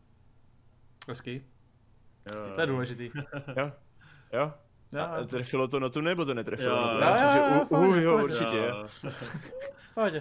Hezký. Hezký. To je důležitý. Jo. Jo? Já. A trefilo to notu nebo to netrefilo? Jo, jo, jo, jo, určitě. Pojď.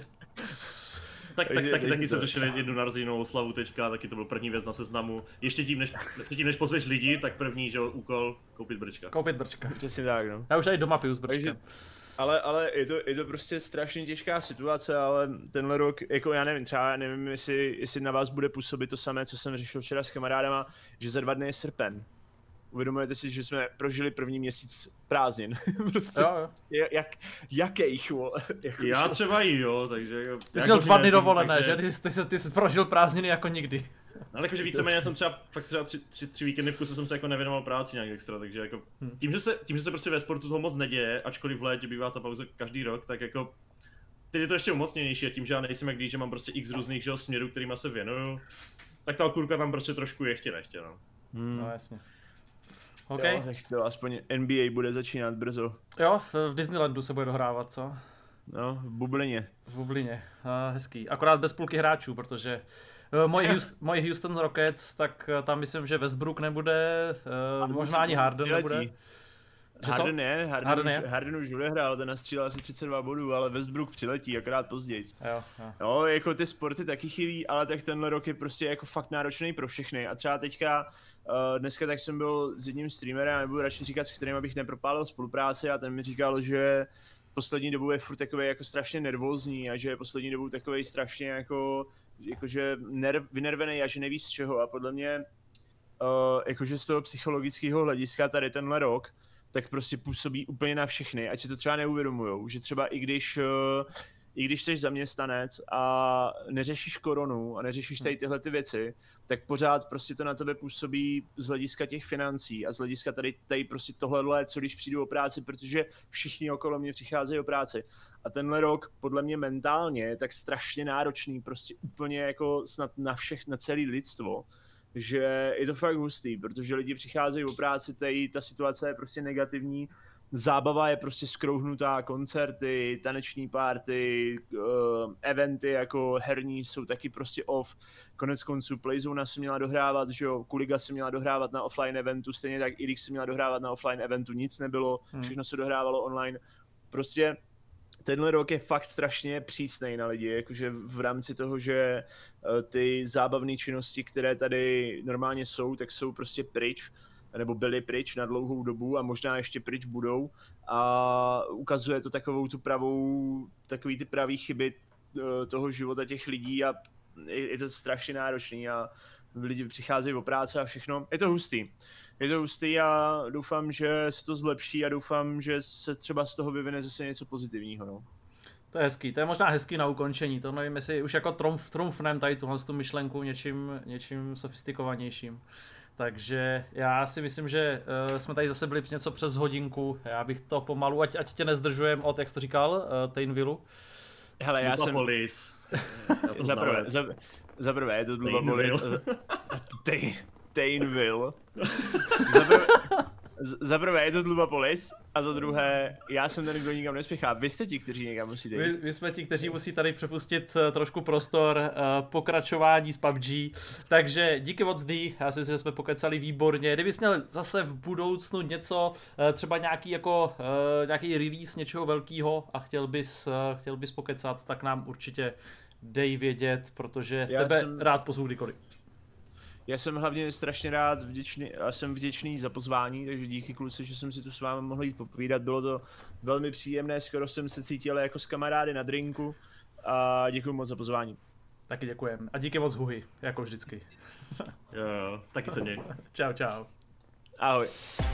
Tak, tak, taky, taky jsem řešil jednu narozeninnou oslavu teďka, taky to byl první věc na seznamu. Ještě tím, než, tím, než pozveš lidi, tak první, že úkol, koupit brčka. Koupit brčka. Přesně tak, no. Já už tady doma piju s brčkem. Takže, ale, ale je, to, je to prostě strašně těžká situace, ale tenhle rok, jako já nevím, třeba nevím, jestli, jestli na vás bude působit to samé, co jsem řešil včera s kamarádama, že za dva dny je srpen. Uvědomujete si, že jsme prožili první měsíc prázdnin. prostě jo, jo. Jak, jakých, jako já třeba i jo, takže... Jo, ty jsi měl dva dny dovolené, že? Ty jsi, ty, jsi, ty jsi prožil prázdniny jako nikdy. No, ale jakože víceméně jsem třeba, fakt třeba tři, tři, tři víkendy v kuse jsem se jako nevěnoval práci nějak extra, takže jako... Hmm. Tím, že se, tím, že se prostě ve sportu toho moc neděje, ačkoliv v létě bývá ta pauza každý rok, tak jako... Teď je to ještě umocněnější a tím, že já nejsem jak když, že mám prostě x různých žel, směrů, kterýma se věnuju, tak ta okurka tam prostě trošku je chtě nechtě, no. Hmm. No jasně. Okay. Jo, tak to aspoň N B A bude začínat brzo. Jo, v, v Disneylandu se bude dohrávat, co? No, v bublině. V bublině, ah, hezký. Akorát bez půlky hráčů, protože uh, moje, Houston, moje Houston Rockets, tak uh, tam myslím, že Westbrook nebude, uh, možná ani Harden nebude. Že Harden je, Harden, Harden, už, je? Harden už odehrál, ten nastřílel asi třicet dva bodů, ale Westbrook přiletí akorát později. Jo, jo. No, jako ty sporty taky chybí, ale tak tenhle rok je prostě jako fakt náročný pro všechny. A třeba teďka, uh, dneska tak jsem byl s jedním streamerem, nebudu radši říkat, s kterým abych nepropálil spolupráci, a ten mi říkal, že poslední dobou je furt takový jako strašně nervózní a že je poslední dobou takový strašně jako, jakože nerv, vynervený a že neví z čeho. A podle mě, uh, jakože z toho psychologického hlediska tady tenhle rok, tak prostě působí úplně na všechny, ať si to třeba neuvědomujou, že třeba i když, i když jsi zaměstnanec a neřešíš koronu a neřešíš tady tyhle ty věci, tak pořád prostě to na tebe působí z hlediska těch financí a z hlediska tady, tady prostě tohlehle, co když přijdu o práci, protože všichni okolo mě přicházejí o práci. A tenhle rok podle mě mentálně je tak strašně náročný, prostě úplně jako snad na všech, na celé lidstvo, že je to fakt hustý, protože lidi přicházejí o práci, tady ta situace je prostě negativní, zábava je prostě skrouhnutá, koncerty, taneční party, uh, eventy jako herní jsou taky prostě off, konec konců Playzone se měla dohrávat, že jo, Kuliga se měla dohrávat na offline eventu, stejně tak I D X se měla dohrávat na offline eventu, nic nebylo, hmm. všechno se dohrávalo online, prostě tenhle rok je fakt strašně přísnej na lidi, jakože v rámci toho, že ty zábavné činnosti, které tady normálně jsou, tak jsou prostě pryč, nebo byly pryč na dlouhou dobu a možná ještě pryč budou a ukazuje to takovou tu pravou, takový ty pravý chyby toho života těch lidí a je, je to strašně náročný a lidi přicházejí o práce a všechno. Je to hustý. Je to hustý a doufám, že se to zlepší a doufám, že se třeba z toho vyvine zase něco pozitivního. No. To je hezký, to je možná hezký na ukončení, to nevím, jestli už jako trumf, trumfnem tady tuhle tu myšlenku něčím, něčím sofistikovanějším. Takže já si myslím, že uh, jsme tady zase byli něco přes hodinku, já bych to pomalu, ať, ať tě nezdržujem od, jak jsi to říkal, uh, Tainvillu. Hele, já jsem... Za prvé, za, za prvé je to Dlubapolis. Tainville. Za prvé je to Dlubapolis a za druhé já jsem ten, kdo nikam nespěchá. Vy jste ti, kteří někam musíte jít. Vy, vy jsme ti, kteří musí tady přepustit trošku prostor uh, pokračování z P U B G. Takže díky moc dý, já si myslím, že jsme pokecali výborně. Kdybys měl zase v budoucnu něco, uh, třeba nějaký jako uh, nějaký release něčeho velkého a chtěl bys, uh, chtěl bys pokecat, tak nám určitě dej vědět, protože já tebe jsem... rád pozvu kdykoliv. Já jsem hlavně strašně rád vděčný, a jsem vděčný za pozvání, takže díky kluci, že jsem si tu s vámi mohl jít popovídat, bylo to velmi příjemné, skoro jsem se cítil jako s kamarády na drinku a děkuji moc za pozvání. Taky děkujem a díky moc Huhy, jako vždycky. Jo, taky se měj. Čau, čau. Ahoj.